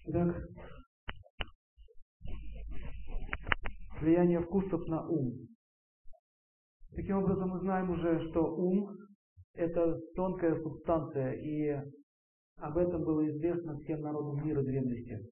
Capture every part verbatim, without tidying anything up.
Итак, влияние вкусов на ум. Таким образом, мы знаем уже, что ум – это тонкая субстанция, и об этом было известно всем народам мира древности.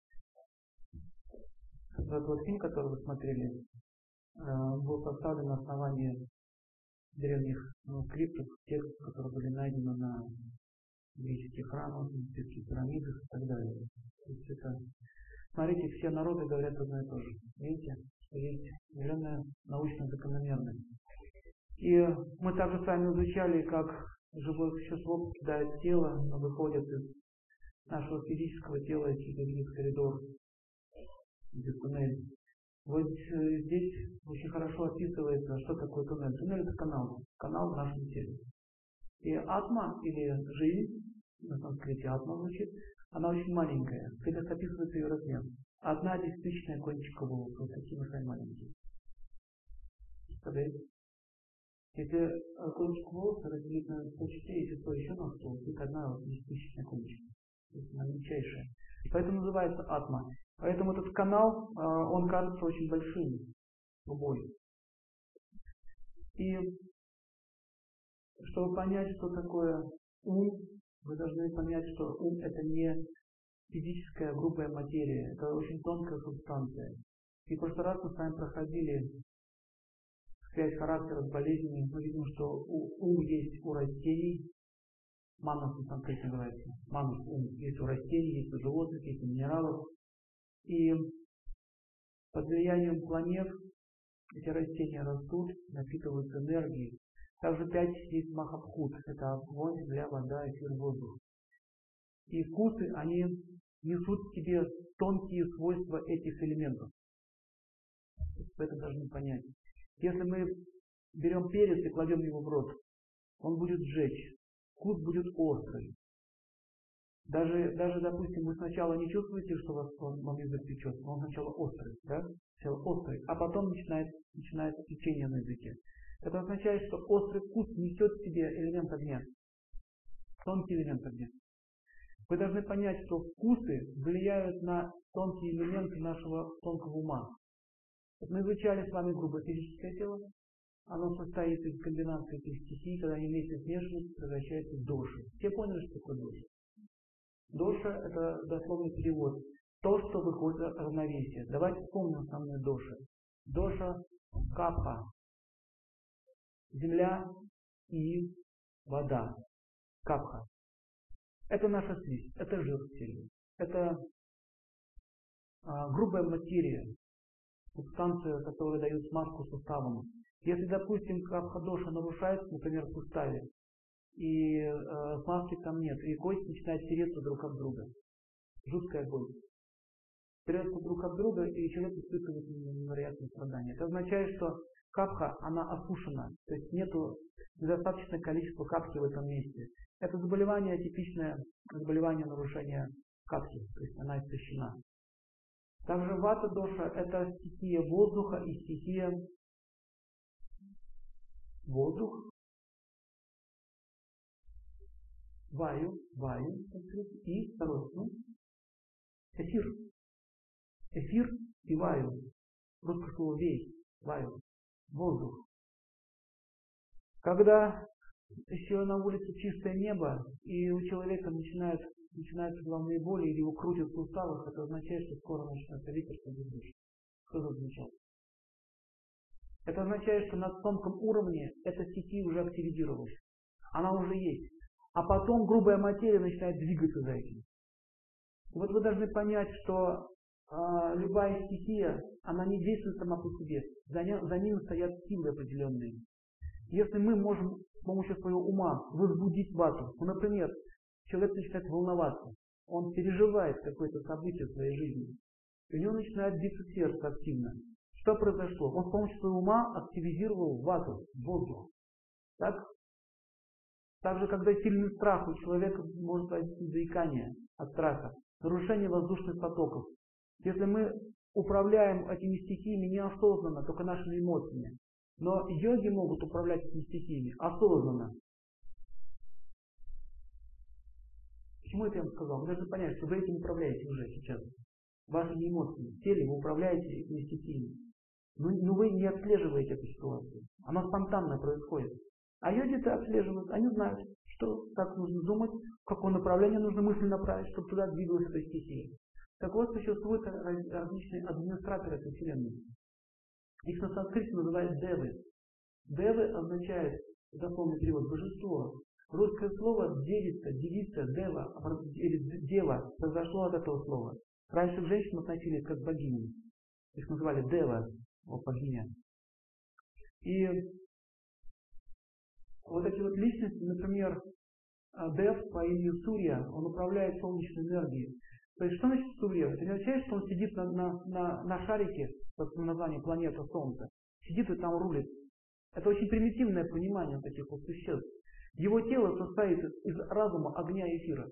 Этот вот фильм, который вы смотрели, был составлен на основании древних манускриптов, текстов, которые были найдены на греческих храмах, египетских пирамидах и так далее. То есть это, смотрите, все народы говорят одно и то же. Видите, что есть определенная научная закономерность. И мы также с вами изучали, как живое существо покидает тело, оно выходит из нашего физического тела через коридор, через туннель. Вот здесь очень хорошо описывается, что такое туннель. Туннель – это канал, канал в нашем теле. И атма, или жизнь, на санскрите атма звучит, она очень маленькая. Здесь описывается ее размер. Одна десятитысячная кончика волоса, вот такие вот маленькие. Представляете? Если кончик волоса разделить на сто частей, и число еще на сто, будет одна десятитысячная кончика. То есть она мельчайшая. Поэтому называется атма. Поэтому этот канал, он кажется очень большим, любой. И чтобы понять, что такое ум, вы должны понять, что ум – это не физическая грубая материя, это очень тонкая субстанция. И в прошлый раз мы с вами проходили связь характера с болезнями. Мы видим, что ум есть у растений, манас на санскрите называется, манас ум есть у растений, есть у животных, есть у минералов. И под влиянием планет эти растения растут, напитываются энергией. Также пять есть махабхут, это огонь, земля, вода, эфир, воздух. И вкусы, они несут в себе тонкие свойства этих элементов. Вы это должны понять. Если мы берем перец и кладем его в рот, он будет сжечь, вкус будет острый. Даже, даже, допустим, вы сначала не чувствуете, что вас, он, вам язык течет, но он сначала острый, да? Сначала острый, а потом начинает, начинается течение на языке. Это означает, что острый вкус несет в себе элемент огня, тонкий элемент огня. Вы должны понять, что вкусы влияют на тонкие элементы нашего тонкого ума. Вот мы изучали с вами грубое физическое тело. Оно состоит из комбинации этих стихий, когда они вместе смешиваются, превращаются в доши. Все поняли, что такое доши? Доша – это дословный перевод. То, что выходит от равновесия. Давайте вспомним основные доши. Доша – капха. Земля и вода. Капха. Это наша слизь, это жир в теле. Это а, грубая материя, субстанция, которая дает смазку суставам. Если, допустим, капха-доша нарушается, например, в суставе, и э, смазки там нет, и кости начинают тереться друг об друга. Жуткая боль. Теряются друг от друга, и человек испытывает невероятные страдания. Это означает, что капха, она осушена, то есть нету недостаточное количество капхи в этом месте. Это заболевание, типичное заболевание нарушения капхи, то есть она истощена. Также вата-доша – это стихия воздуха и стихия воздух, ваю, ваю, и второй, ну, эфир. Эфир и ваю. Русское слово вей, ваю, воздух. Когда еще на улице чистое небо, и у человека начинают, начинаются головные боли, или его крутят в суставах, это означает, что скоро начнется ветер под дождь. Кто это означает? Это означает, что на тонком уровне эта стихия уже активизировалась. Она уже есть. А потом грубая материя начинает двигаться за этим. Вот вы должны понять, что э, любая стихия, она не действует сама по себе. За, не, за ним стоят силы определенные. Если мы можем с помощью своего ума возбудить вату, ну, например, человек начинает волноваться, он переживает какое-то событие в своей жизни, и у него начинает биться сердце активно. Что произошло? Он с помощью своего ума активизировал вату, воздух. Так? Также, когда сильный страх, у человека может возникнуть заикание от страха, нарушение воздушных потоков. Если мы управляем этими стихиями неосознанно, только нашими эмоциями, но йоги могут управлять этими стихиями осознанно. Почему это я вам сказал? Вы должны понять, что вы этим управляете уже сейчас. Вашими эмоциями. В теле вы управляете этими стихиями. Но, но вы не отслеживаете эту ситуацию. Она спонтанно происходит. А йоги это отслеживают. Они знают, что как нужно думать, в какое направление нужно мысль направить, чтобы туда двигалась эта стихия. Так вот, существуют различные администраторы этой вселенной. Их на санскрите называют девы. Девы означает, дословный перевод, божество. Русское слово девица, девица, дева, или дева произошло от этого слова. Раньше к женщинам относились как к богиням. Их называли дева, вот богиня. И вот эти вот личности, например, Дев по имени Сурья, он управляет солнечной энергией. То есть что значит Сурья? Это не означает, что он сидит на, на, на, на шарике, под названием планета Солнца, сидит и там рулит. Это очень примитивное понимание таких вот существ. Его тело состоит из разума, огня и эфира.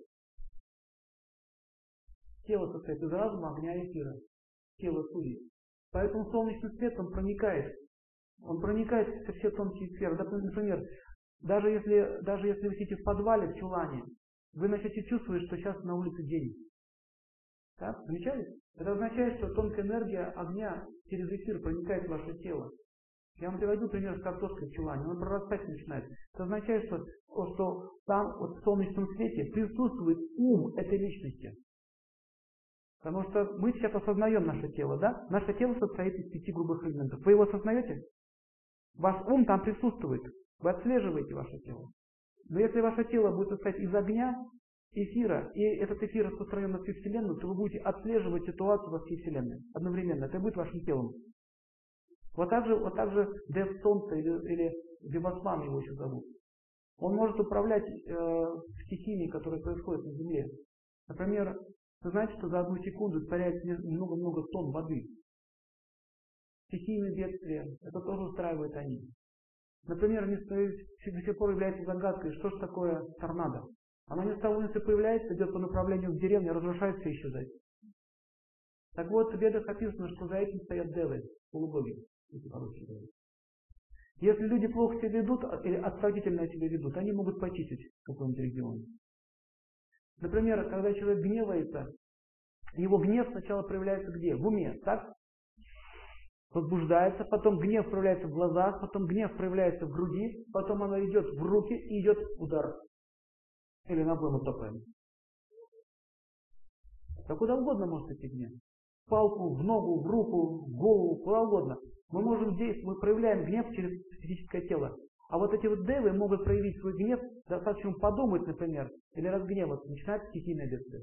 Тело состоит из разума, огня и эфира. Тело Сурьи. Поэтому солнечный свет, он проникает. Он проникает во все тонкие сферы. Например, даже если, даже если вы сидите в подвале, в чулане, вы начнете чувствовать, что сейчас на улице день. Так? Замечали? Это означает, что тонкая энергия огня через эфир проникает в ваше тело. Я вам приводил пример с картошкой в чулане. Он прорастать начинает. Это означает, что, что там вот в солнечном свете присутствует ум этой личности. Потому что мы сейчас осознаем наше тело, да? Наше тело состоит из пяти грубых элементов. Вы его осознаете? Ваш ум там присутствует. Вы отслеживаете ваше тело. Но если ваше тело будет состоять из огня, эфира, и этот эфир распространен на всю Вселенную, то вы будете отслеживать ситуацию во всей Вселенной одновременно. Это будет вашим телом. Вот так же, вот так же Дев Солнца или, или Вивасван его еще зовут. Он может управлять э, стихиями, которые происходят на Земле. Например, вы знаете, что за одну секунду испаряется много-много тонн воды. Стихийные бедствия, это тоже устраивают они. Например, до сих пор является загадкой, что же такое торнадо. Оно не с того места появляется, идет по направлению к деревне, разрушается и исчезает. Так вот, в Ведах описано, что за этим стоят девы, полубоги. Если люди плохо себя ведут или отвратительно себя ведут, они могут почистить какой-нибудь регион. Например, когда человек гневается, его гнев сначала проявляется где? В уме, так? Возбуждается, потом гнев проявляется в глазах, потом гнев проявляется в груди, потом оно идет в руки и идет удар. Или ногой мы топаем. Да куда угодно может идти гнев. В палку, в ногу, в руку, в голову, куда угодно. Мы можем действовать, мы проявляем гнев через физическое тело. А вот эти вот девы могут проявить свой гнев, достаточно подумать, например, или разгневаться, начинается стихийное бедствие.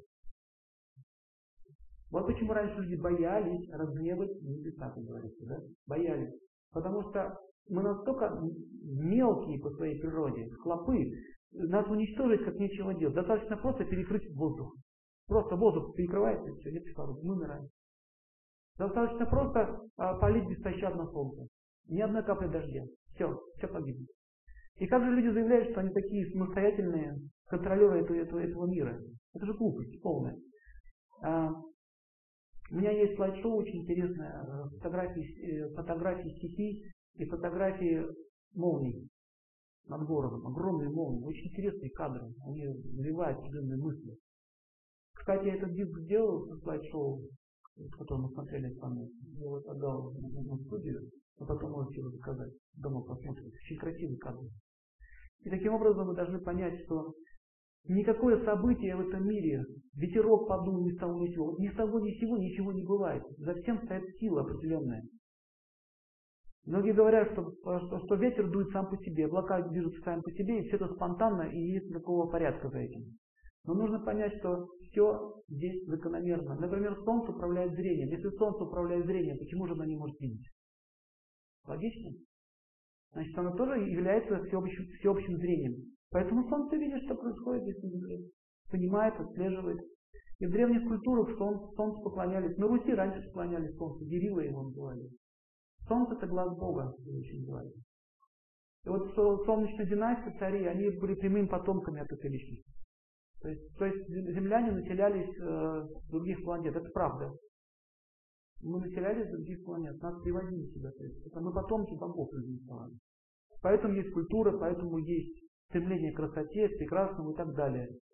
Вот почему раньше люди боялись разгневать небеса, как говорится, да? Боялись. Потому что мы настолько мелкие по своей природе, клопы, нас уничтожить как нечего делать. Достаточно просто перекрыть воздух. Просто воздух перекрывается, и все, нет кислорода, мы умираем. Достаточно просто а, полить беспощадно солнце. Ни одной капли дождя. Все, все погибнет. И как же люди заявляют, что они такие самостоятельные контролеры этого, этого, этого мира? Это же глупость полная. А, у меня есть слайд-шоу очень интересное, фотографии, фотографии стихий и фотографии молний над городом. Огромные молнии, очень интересные кадры. Они навевают определенные мысли. Кстати, я этот диск сделал на слайд-шоу, который мы смотрели с вами. Я вот отдал в студию, но потом можете его заказать. Дома посмотрите. Очень красивый кадр. И таким образом вы должны понять, что никакое событие в этом мире, ветерок подул ни с того ни с сего, ни с того ни с сего ничего не бывает. За всем стоит сила определенная. Многие говорят, что, что, что ветер дует сам по себе, облака движутся сами по себе, и все это спонтанно, и нет никакого порядка за этим. Но нужно понять, что все здесь закономерно. Например, Солнце управляет зрением. Если Солнце управляет зрением, почему же оно не может видеть? Логично? Значит, оно тоже является всеобщим, всеобщим зрением. Поэтому Солнце видит, что происходит здесь на Земле. Понимает, отслеживает. И в древних культурах Солнцу, солнцу поклонялись. На Руси раньше поклонялись Солнцу. Гирилла его называли. Солнце это глаз Бога, его очень называли. И вот солнечная династия, цари, они были прямыми потомками от этой личности. То есть, то есть земляне населялись э, с других планет. Это правда. Мы населялись с других планет. Нас привозили сюда. То есть, это мы потомки богов разместовали. Поэтому есть культура, поэтому есть стремление к красоте, к прекрасному и так далее.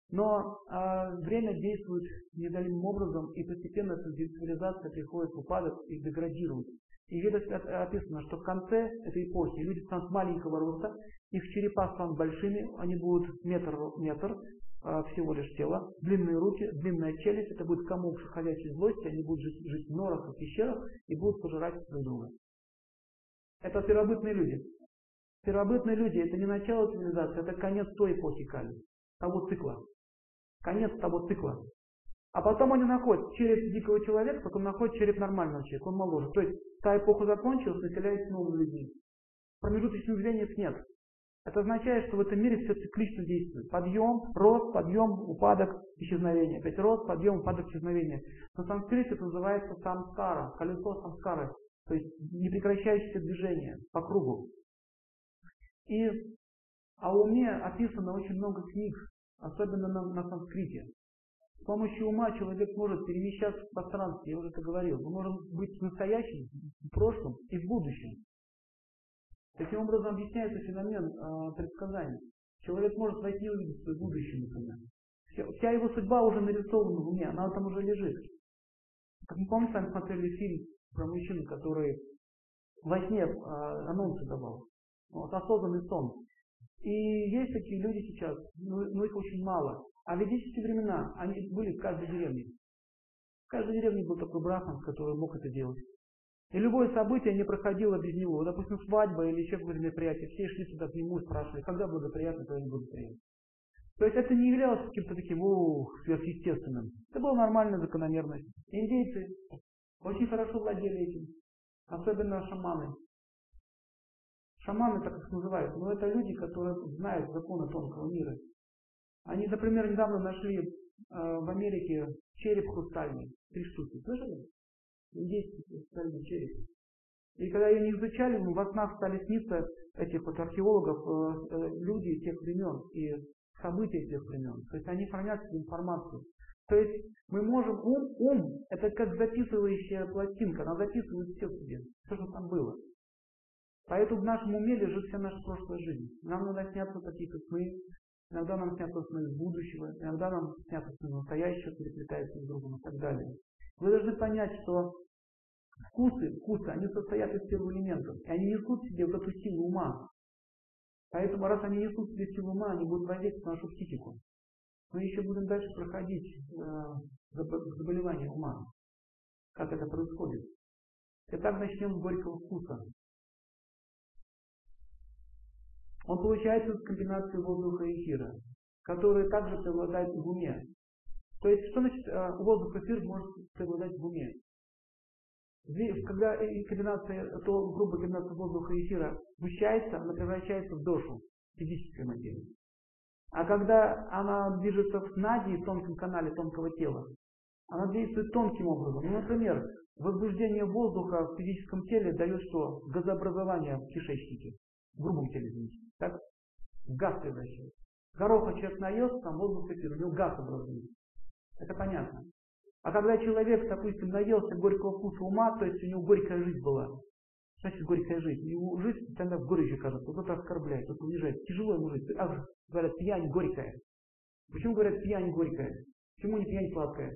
Но а, время действует неодолимым образом, и постепенно эта цивилизация приходит в упадок и деградирует. И видно описано, что в конце этой эпохи люди станут маленького роста, их черепа станут большими, они будут метр, метр а, всего лишь тела, длинные руки, длинная челюсть, это будет комок ходячей злости, они будут жить, жить в норах и пещерах и будут пожирать друг друга. Это первобытные люди. Первобытные люди это не начало цивилизации, это конец той эпохи Кали, того цикла. Конец того цикла. А потом они находят череп дикого человека, потом находят череп нормального человека, он моложе. То есть та эпоха закончилась, населяется новыми людьми. Промежуточных звеньев нет. Это означает, что в этом мире все циклично действует. Подъем, рост, подъем, упадок, исчезновение. Опять рост, подъем, упадок, исчезновение. На санскрите это называется самскара, колесо самскары. То есть непрекращающееся движение по кругу. И о уме описано очень много книг, особенно на, на санскрите. С помощью ума человек может перемещаться в пространстве, я уже это говорил. Мы можем быть в настоящем, в прошлом и в будущем. Таким образом объясняется феномен э, предсказаний. Человек может войти и увидеть свое будущее, например. Вся, вся его судьба уже нарисована в уме, она там уже лежит. Как мы помните, сами смотрели фильм про мужчину, который во сне э, анонсы давал. Вот, осознанный сон. И есть такие люди сейчас, но, но их очень мало. А в ведические времена они были в каждой деревне. В каждой деревне был такой брахман, который мог это делать. И любое событие не проходило без него. Допустим, свадьба или еще какое-то мероприятие. Все шли сюда к нему и спрашивали, когда благоприятно, когда не благоприятно. То есть это не являлось каким-то таким ух, сверхъестественным. Это была нормальная закономерность. Индейцы очень хорошо владели этим. Особенно шаманы. Шаманы, так их называют, но это люди, которые знают законы тонкого мира. Они, например, недавно нашли э, в Америке череп хрустальный. Три штуки. Слышали? Индейский хрустальный череп. И когда они изучали, во снах стали сниться этих вот археологов, э, э, люди тех времен и события тех времен. То есть они хранят эту информацию. То есть мы можем, ум, ум, это как записывающая пластинка, она записывает все себе, все, что там было. Поэтому в нашем уме лежит вся наша прошлая жизнь. Нам иногда снятся какие-то сны, иногда нам снятся сны из будущего, иногда нам снятся сны настоящего, переплетаются друг с другом и так далее. Вы должны понять, что вкусы, вкусы, они состоят из первых элементов, и они несут в себе вот эту силу ума. Поэтому, раз они несут в себе силу ума, они будут воздействовать на нашу психику. Мы еще будем дальше проходить э, заболевания ума, как это происходит. Итак, начнем с горького вкуса. Он получается из комбинации воздуха и эфира, который также преобладает в уме. То есть, что значит воздух и эфир может преобладать в уме? Когда комбинация, то грубая комбинация воздуха и эфира сгущается, она превращается в дошу, физической материи. А когда она движется в нади, в тонком канале тонкого тела, она действует тонким образом. Ну, например, возбуждение воздуха в физическом теле дает что? Газообразование в кишечнике. В грубом теле, извините. Так? В газ превращается. Гороха человек наелся, там воздух эфир, у него газ образуется. Это понятно. А когда человек, допустим, наелся горького вкуса ума, то есть у него горькая жизнь была. Что значит горькая жизнь? Его жизнь тогда в горечи кажется. Кто-то оскорбляет, кто-то унижает. Тяжело ему жить. А, говорят, пьянь горькая. Почему говорят пьянь горькая? Почему не пьянь сладкая?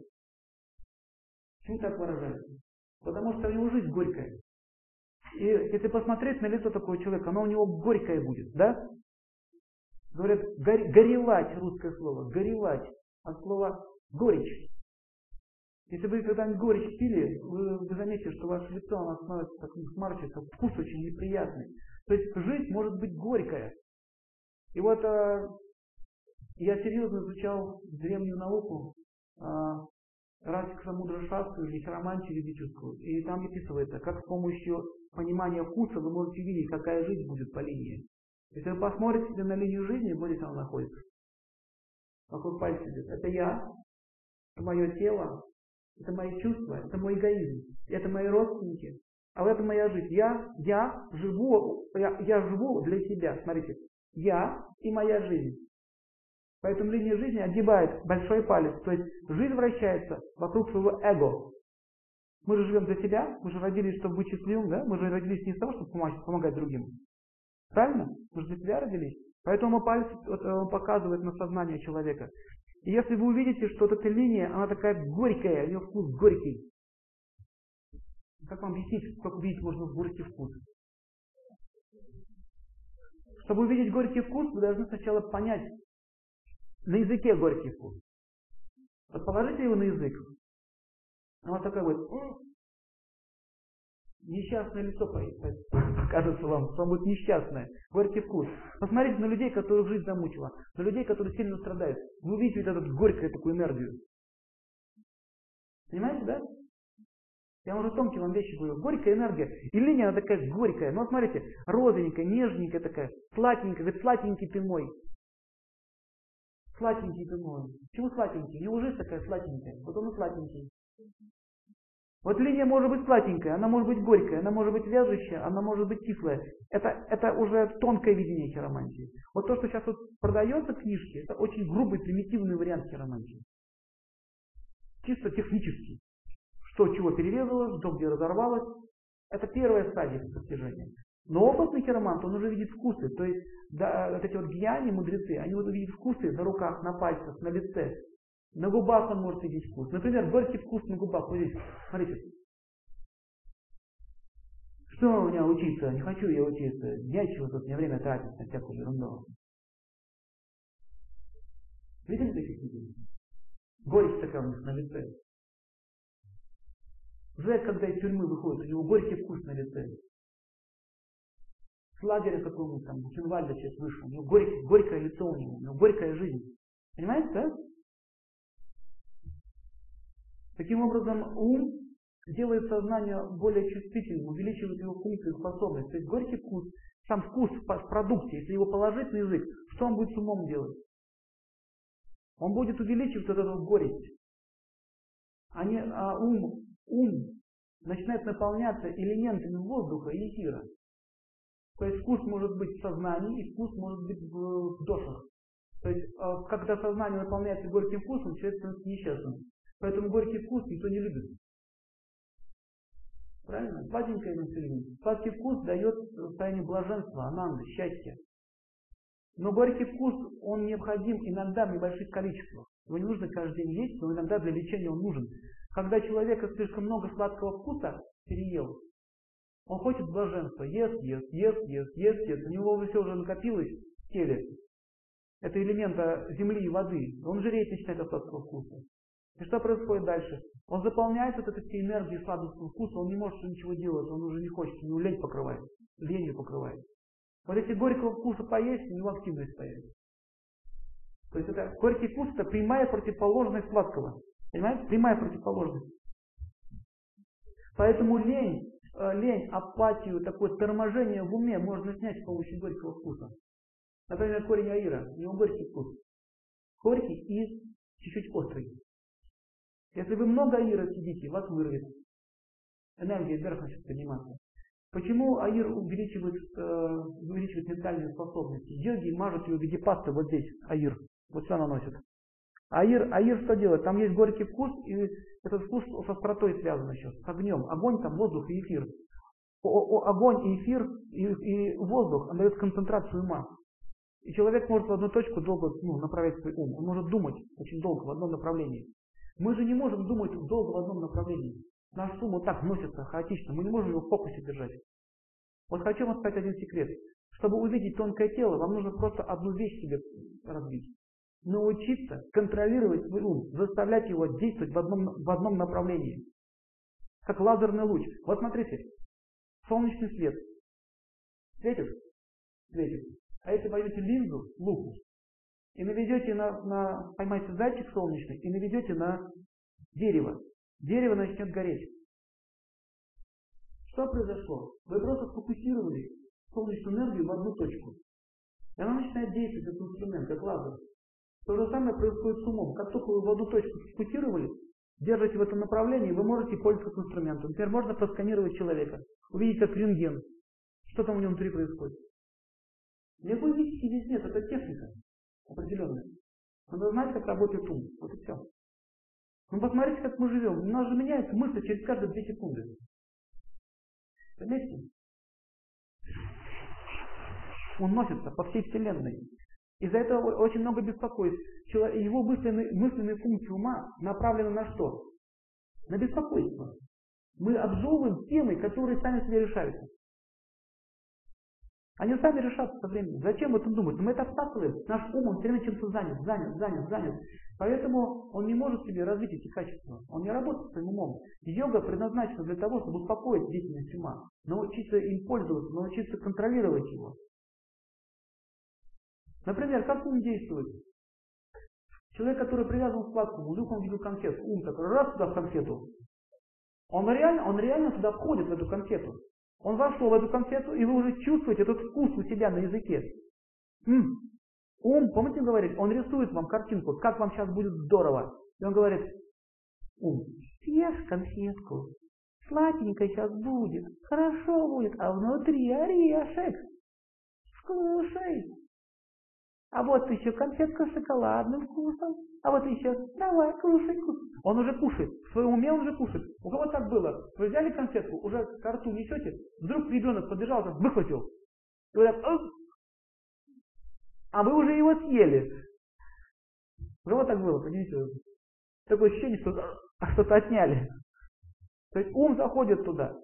Почему так выражается? Потому что у него жизнь горькая. И если посмотреть на лицо такого человека, оно у него горькое будет, да? Говорят, гор, горевать, русское слово, горевать, от слова горечь. Если вы когда-нибудь горечь пили, вы, вы заметите, что ваше лицо оно становится таким сморщится, вкус очень неприятный. То есть жизнь может быть горькая. И вот э, я серьезно изучал древнюю науку, э, Расика Мудра Шастру или хиромантию ведическую, и там описывается, как с помощью понимания вкуса вы можете видеть, какая жизнь будет по линии. Если вы посмотрите на линию жизни, будете она находится. Вокруг пальца идет. Это я, это мое тело, это мои чувства, это мой эгоизм, это мои родственники. А в этом моя жизнь. Я, я живу, я, я живу для себя. Смотрите, я и моя жизнь. Поэтому линия жизни огибает большой палец. То есть жизнь вращается вокруг своего эго. Мы же живем для себя, мы же родились, чтобы быть счастливым, да? Мы же родились не из того, чтобы помогать, помогать другим. Правильно? Мы же для себя родились. Поэтому палец вот, он показывает на сознание человека. И если вы увидите, что вот эта линия, она такая горькая, у нее вкус горький. Как вам объяснить, как увидеть можно горький вкус? Чтобы увидеть горький вкус, вы должны сначала понять на языке горький вкус. Вот положите его на язык. Он вот такой вот несчастное лицо кажется вам, что он будет несчастное, горький вкус. Посмотрите на людей, которых жизнь замучила, на людей, которые сильно страдают. Вы увидите вот эту горькую такую энергию. Понимаете, да? Я уже тонкие вам вещи говорю. Горькая энергия. И линия, она такая горькая. Ну, вот смотрите, розовенькая, нежненькая такая, сладенькая. Говорит, сладенький ты мой. Сладенький ты мой. Почему сладенький? У него жизнь такая сладенькая. Вот он и сладенький. Вот линия может быть сладенькая, она может быть горькая, она может быть вяжущая, она может быть кислая. Это, это уже тонкое видение хиромантии. Вот то, что сейчас вот продается в книжке, это очень грубый, примитивный вариант хиромантии. Чисто технический. Что чего перерезалось, что где разорвалось. Это первая стадия постижения. Но опытный хиромант, он уже видит вкусы. То есть да, вот эти вот гьяни, мудрецы, они будут видеть вкусы на руках, на пальцах, на лице. На губах он может видеть вкус. Например, горький вкус на губах. Вот здесь, смотрите. Что у меня учиться? Не хочу я учиться. Нечего тут, мне время тратить на всякую ерунду. Видели таких людей? Горечь такая у них на лице. Зэк, когда из тюрьмы выходит, у него горький вкус на лице. С лагеря какого-нибудь там, Хинвальда сейчас вышел, у него горькое, горькое лицо у него, у него горькая жизнь. Понимаете, да? Таким образом, ум делает сознание более чувствительным, увеличивает его функцию и способность. То есть горький вкус, сам вкус в продукте, если его положить на язык, что он будет с умом делать? Он будет увеличивать вот эту горесть. А, не, а ум, ум начинает наполняться элементами воздуха и эфира. То есть вкус может быть в сознании, и вкус может быть в, в дошах. То есть, когда сознание наполняется горьким вкусом, человек становится несчастным. Поэтому горький вкус никто не любит. Правильно? Сладенькое население. Сладкий вкус дает состояние блаженства, ананды, счастья. Но горький вкус, он необходим иногда в небольших количествах. Его не нужно каждый день есть, но иногда для лечения он нужен. Когда человека слишком много сладкого вкуса переел, он хочет блаженства. Ест, ест, ест, ест, ест, ест. У него уже все уже накопилось в теле. Это элемента земли и воды. Он жиреть начинает от сладкого вкуса. И что происходит дальше? Он заполняет вот этой энергией сладкого вкуса, он не может ничего делать, он уже не хочет, у него лень покрывает, ленью покрывает. Вот если горького вкуса поесть, у него активность появится. То есть это горький вкус это прямая противоположность сладкого. Понимаете? Прямая противоположность. Поэтому лень, лень, апатию, такое торможение в уме можно снять с помощью горького вкуса. Например, корень аира, у него горький вкус. Горький и чуть-чуть острый. Если вы много аира сидите, вас вырвет. Энергия вверх начнет подниматься. Почему аир увеличивает, э, увеличивает ментальные способности? Йоги мажут ее в виде пасты вот здесь, аир. Вот сюда наносят. Аир, аир что делает? Там есть горький вкус, и этот вкус с остротой связан еще, с огнем. Огонь, там воздух и эфир. О, о, огонь и эфир, и, и воздух, он дает концентрацию ума. И человек может в одну точку долго ну, направлять свой ум. Он может думать очень долго в одном направлении. Мы же не можем думать долго в одном направлении. Наш ум вот так носится хаотично. Мы не можем его в фокусе держать. Вот хочу вам сказать один секрет. Чтобы увидеть тонкое тело, вам нужно просто одну вещь себе развить. Научиться контролировать свой ум, заставлять его действовать в одном, в одном направлении. Как лазерный луч. Вот смотрите, солнечный свет. Светит? Светит. А если возьмете линзу, лупу, и наведете на, на, поймаете зайчик солнечный, и наведете на дерево, дерево начнет гореть. Что произошло? Вы просто сфокусировали солнечную энергию в одну точку. И она начинает действовать как инструмент, как лазер. То же самое происходит с умом. Как только вы в одну точку сфокусировали, держите в этом направлении, вы можете пользоваться инструментом. Например, можно просканировать человека, увидеть как рентген, что там у него внутри происходит. Никакой мистики здесь нет, это техника определенная. Надо знать, как работает ум. Вот и все. Ну посмотрите, как мы живем. У нас же меняется мысль через каждые две секунды. Заметьте? Он носится по всей вселенной. Из-за этого очень много беспокойств. Его мысленные, мысленные функции ума направлены на что? На беспокойство. Мы обжевываем темы, которые сами себе решаются. Они сами решатся со временем. Зачем об этом думать? Но мы это обтасываем. Наш ум, он все время чем-то занят, занят, занят, занят. Поэтому он не может себе развить эти качества. Он не работает своим умом. Йога предназначена для того, чтобы успокоить деятельность ума. Научиться им пользоваться, научиться контролировать его. Например, как ум действует? Человек, который привязан к сладкому, вдруг он видел конфету. Ум такой, раз туда в конфету. Он реально, он реально туда входит, в эту конфету. Он вошел в эту конфету, и вы уже чувствуете этот вкус у себя на языке. М-м. Ум, помните, он говорит, он рисует вам картинку, как вам сейчас будет здорово. И он говорит, ум, съешь конфетку, сладенько сейчас будет, хорошо будет, а внутри орешек. Скушай. А вот еще конфетка с шоколадным вкусом. А вот еще, давай, кушай, кушай. Он уже кушает. В своем уме он уже кушает. У кого так было? Вы взяли конфетку, уже к рту несете, вдруг ребенок подбежал, так выхватил. И вы так, а вы уже его съели. У кого так было, понимаете? Такое ощущение, что что-то отняли. То есть ум заходит туда.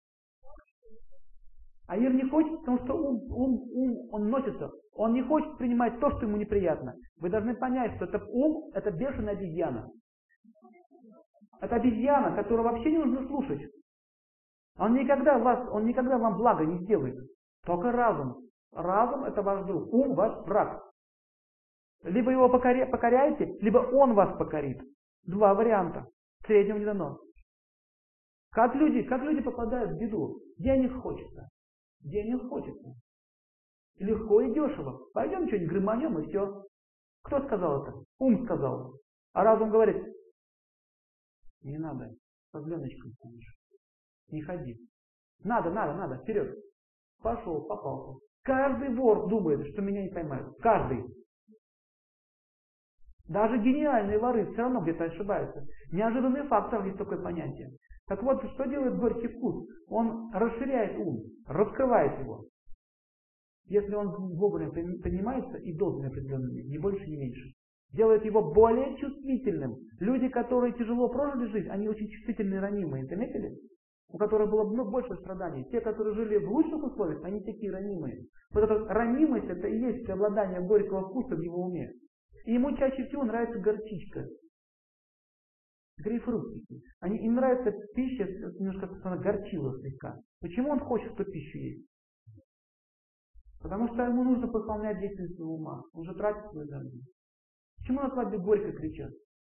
А мир не хочет, потому что ум, ум, ум, он носится. Он не хочет принимать то, что ему неприятно. Вы должны понять, что это ум, это бешеная обезьяна. Это обезьяна, которую вообще не нужно слушать. Он никогда, вас, он никогда вам блага не сделает. Только разум. Разум это ваш друг. Ум ваш враг. Либо его покоря, покоряете, либо он вас покорит. Два варианта. Среднего не дано. Как люди, как люди попадают в беду? Денег хочется. Денег хочется. Легко и дешево. Пойдем что-нибудь грыманем и все. Кто сказал это? Ум сказал. А разум говорит, не надо, со взгляночком станешь. Не ходи. Надо, надо, надо, вперед. Пошел, попался. Каждый вор думает, что меня не поймают. Каждый. Даже гениальные воры все равно где-то ошибаются. Неожиданный фактор, есть такое понятие. Так вот, что делает горький вкус? Он расширяет ум, раскрывает его. Если он вовремя принимается и дозами определенными, ни больше, ни меньше. Делает его более чувствительным. Люди, которые тяжело прожили жизнь, они очень чувствительные и ранимые. Заметили? У которых было много больше страданий. Те, которые жили в лучших условиях, они такие ранимые. Вот эта ранимость, это и есть преобладание горького вкуса в его уме. И ему чаще всего нравится горчичка. Грейпфрутики. Они, им нравится пища, немножко горчила слегка. Почему он хочет эту пищу есть? Потому что ему нужно пополнять деятельность своего ума. Он же тратит свою энергию. Почему на свадьбе горько кричат?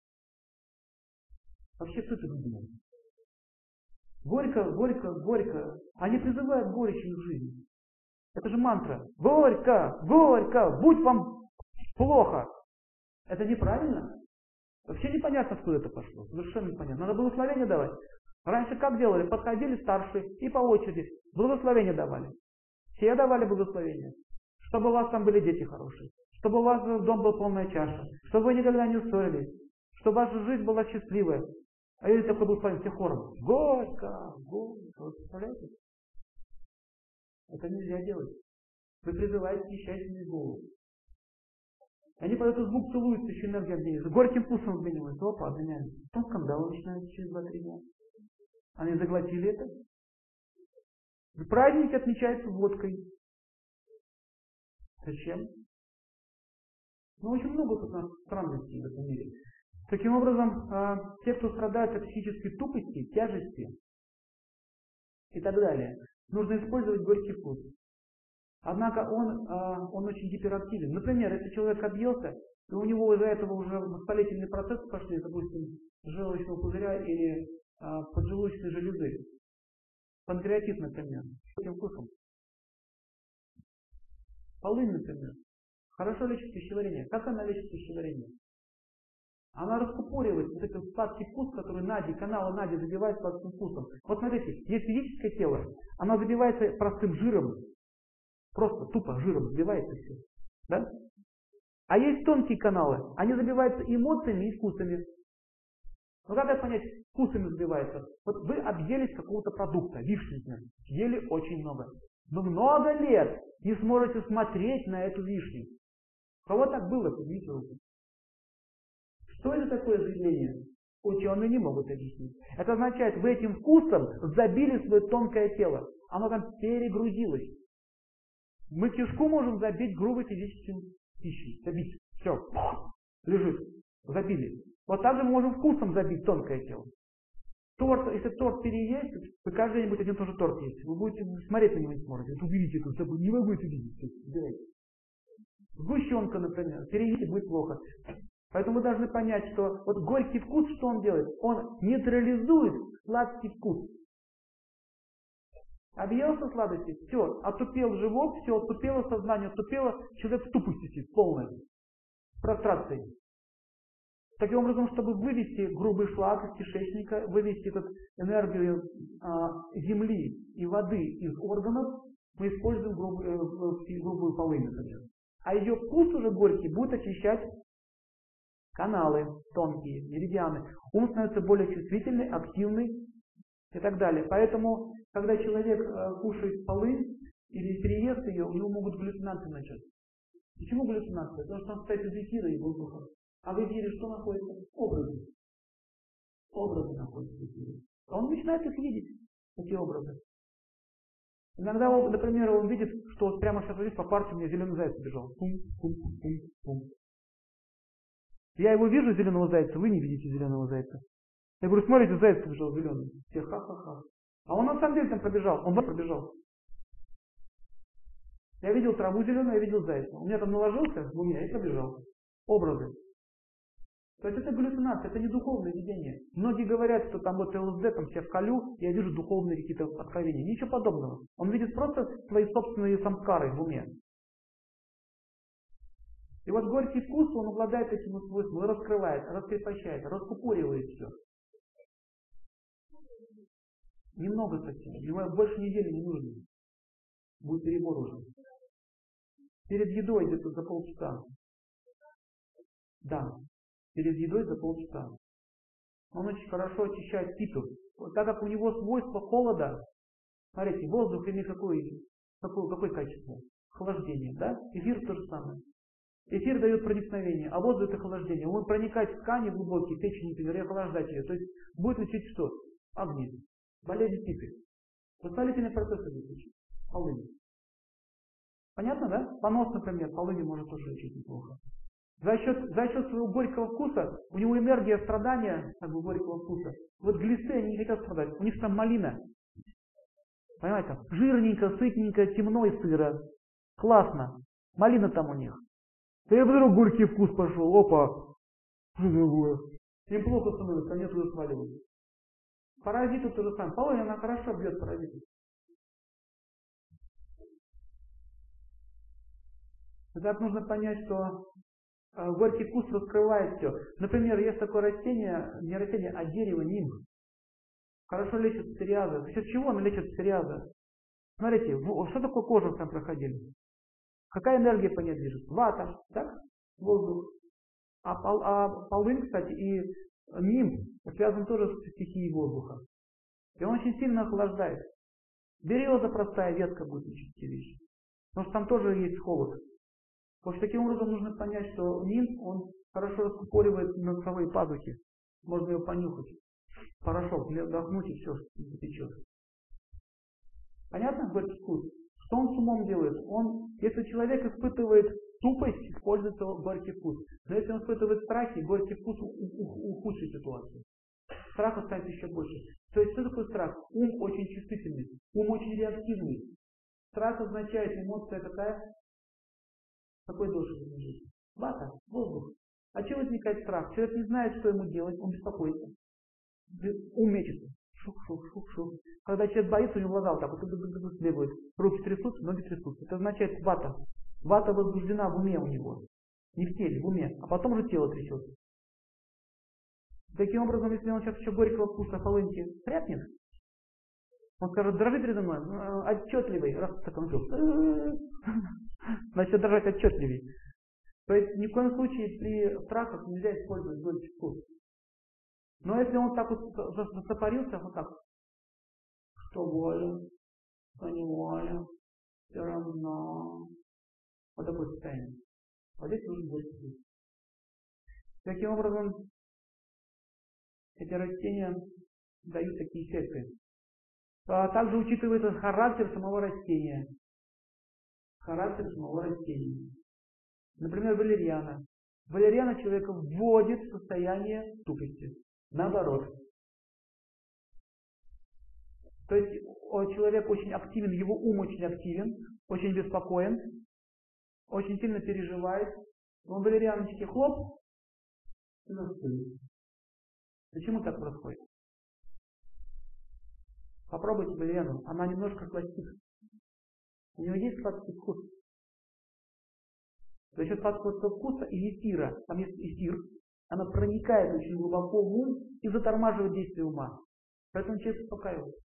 Вообще кто это выдумал? Горько, горько, горько. Они призывают горечь в жизни. Это же мантра. Горько, горько, будь вам плохо. Это неправильно. Вообще непонятно, откуда это пошло. Совершенно непонятно. Надо благословение давать. Раньше как делали? Подходили старшие и по очереди благословение давали. Все давали благословение. Чтобы у вас там были дети хорошие. Чтобы у вас дом был полная чаша. Чтобы вы никогда не ссорились. Чтобы ваша жизнь была счастливая. А если такое благословение, все хором. Горько, горько. Вы представляете? Это нельзя делать. Вы призываете несчастье в голову. Они под этот звук целуются, еще энергия обменивается. Горьким вкусом обмениваются. Опа, обменяются. Потом скандалы начинаются через два-три дня. Они заглотили это. И праздники отмечаются водкой. Зачем? Ну, очень много странностей в этом мире. Таким образом, те, кто страдает от психической тупости, тяжести и так далее, нужно использовать горький вкус. Однако он, он очень гиперактивен. Например, если человек объелся, и у него из-за этого уже воспалительные процессы пошли, допустим, желчного пузыря или поджелудочной железы. Панкреатит, например. С этим вкусом. Полынь, например. Хорошо лечит пищеварение. Как она лечит пищеварение? Она раскупоривает вот этот сладкий вкус, который Нади, каналы Нади забивает сладким вкусом. Вот смотрите, есть физическое тело, оно забивается простым жиром. Просто тупо жиром забивается все. Да? А есть тонкие каналы, они забиваются эмоциями и вкусами. Ну как это понять, вкусами забивается? Вот вы объелись какого-то продукта, вишни, например, съели очень много. Но много лет не сможете смотреть на эту вишню. кого так было, поднимите руку. Что это такое заявление? Ученые не могут объяснить. Это означает, вы этим вкусом забили свое тонкое тело. Оно там перегрузилось. Мы кишку можем забить грубой физической пищей. Забить. Все. Лежит. Забили. Вот так же мы можем вкусом забить тонкое тело. Торт, если торт переесть, вы каждый день один и тот же торт есть. Вы будете смотреть на него не сможете. Вот уберите это, чтобы не вы будете видеть. Убирайте. Сгущенка, например. Переесть будет плохо. Поэтому вы должны понять, что вот горький вкус, что он делает? Он нейтрализует сладкий вкус. Объелся сладости, все, отупел живот, все, отупело сознание, отупело, человек в тупости сидит, полной, в прострации. Таким образом, чтобы вывести грубый шлак из кишечника, вывести эту энергию а, земли и воды из органов, мы используем грубую, э, грубую полынь, например. А ее вкус уже горький будет очищать каналы тонкие, меридианы. Ум становится более чувствительный, активный и так далее. Поэтому, когда человек э, кушает полынь или переест ее, у него могут галлюцинации начать. Почему галлюцинации? Потому что он состоит из эфира и воздуха. А в эфире что находится? Образы. Образы находятся в эфире. А он начинает их видеть, эти образы. Иногда, он, например, он видит, что вот прямо сейчас здесь по парке у меня зеленый заяц бежал. Пум, пум, пум, пум. Я его вижу, зеленого зайца, вы не видите зеленого зайца. Я говорю, смотрите, заяц побежал зеленый. Все ха-ха-ха. А он на самом деле там пробежал, он пробежал. Я видел траву зеленую, я видел зайца. Он меня там наложился в уме и пробежал. Образы. То есть это галлюцинация, это не духовное видение. Многие говорят, что там вот ЛСД, там себя вколю, я вижу духовные какие-то откровения. Ничего подобного. Он видит просто свои собственные самскары в уме. И вот горький вкус, он обладает этим свойством, он раскрывает, раскрепощает, раскупоривает все. Немного совсем, ему больше недели не нужно. Будет перебор уже. Перед едой где-то за полчаса. Да, перед едой за полчаса. Он очень хорошо очищает питу. Вот так как у него свойство холода, смотрите, воздух имеет какое, какое, какое качество? Охлаждение, да? Эфир то же самое. Эфир дает проникновение, а воздух это охлаждение. Он проникает в ткани глубокие, печень, например, и охлаждать ее. То есть будет лечить что? Огни. Болезнь питы. Воспалительный процесс будет лечить. Полынь. Понятно, да? Понос, например, полынь может тоже лечить неплохо. За счет, за счет своего горького вкуса, у него энергия страдания, как бы горького вкуса. Вот глисты, они не хотят страдать. У них там малина. Понимаете? Жирненько, сытненько, темно и сыро. Классно. Малина там у них. И вдруг горький вкус пошел. Опа. Что такое? Им плохо становится, они туда сваливают. Паразиты то же самое. Полынь, она хорошо бьет паразитов. Так нужно понять, что э, горький вкус раскрывает все. Например, есть такое растение, не растение, а дерево нимб. Хорошо лечит псориаза. За счет чего оно лечит псориаза? Смотрите, что такое кожа там проходили? Какая энергия по ней движется? Вата, так? Воздух. А, пол, а полынь, кстати, и нимб связан тоже с стихией воздуха. И он очень сильно охлаждает. Береза простая ветка будет лечить эти вещи. Потому что там тоже есть холод. Вот таким образом нужно понять, что нимб, он хорошо раскупоривает носовые пазухи. Можно его понюхать. Порошок, вдохнуть и все, течет. Понятно, горький вкус? Что он с умом делает? Он, если человек испытывает тупость, используется горький вкус. Но если он испытывает страхи, горький вкус ухудшит ситуацию. Страха станет еще больше. То есть что такое страх? Ум очень чувствительный, ум очень реактивный. Страх означает, эмоция такая, какой должен быть жизнь? Вата, воздух. А чего возникает страх? Человек не знает, что ему делать, он беспокоится. Ум мечется. Шух-шух-шух-шух. Когда человек боится, у него глаза вот так вот бегают. Руки трясутся, ноги трясутся. Это означает вата. Вата возбуждена в уме у него. Не в теле, в уме. А потом уже тело трясется. Таким образом, если он сейчас еще горького вкуса полынки прятнет, он скажет, дрожи передо мной, отчетливый. Раз так он жил. Значит, дрожать отчетливей. То есть ни в коем случае при страхах нельзя использовать горький вкус. Но если он так вот застопорился, вот так, что воля, что не воля, все равно. Вот такое состояние. Вот здесь нужен горький вкус. Таким образом, эти растения дают такие эффекты. А также учитывается характер самого растения. Характер самого растения. Например, валерьяна. Валерьяна человека вводит в состояние тупости. Наоборот. То есть человек очень активен, его ум очень активен, очень беспокоен, очень сильно переживает. Он валерьяночки хлоп и застыл. Почему так происходит? Попробуйте валерьяну, она немножко сладкит. У нее есть сладкий вкус. За счет сладкого вкуса и эфира, там есть эфир, она проникает очень глубоко в ум и затормаживает действие ума. Поэтому человек успокаивается.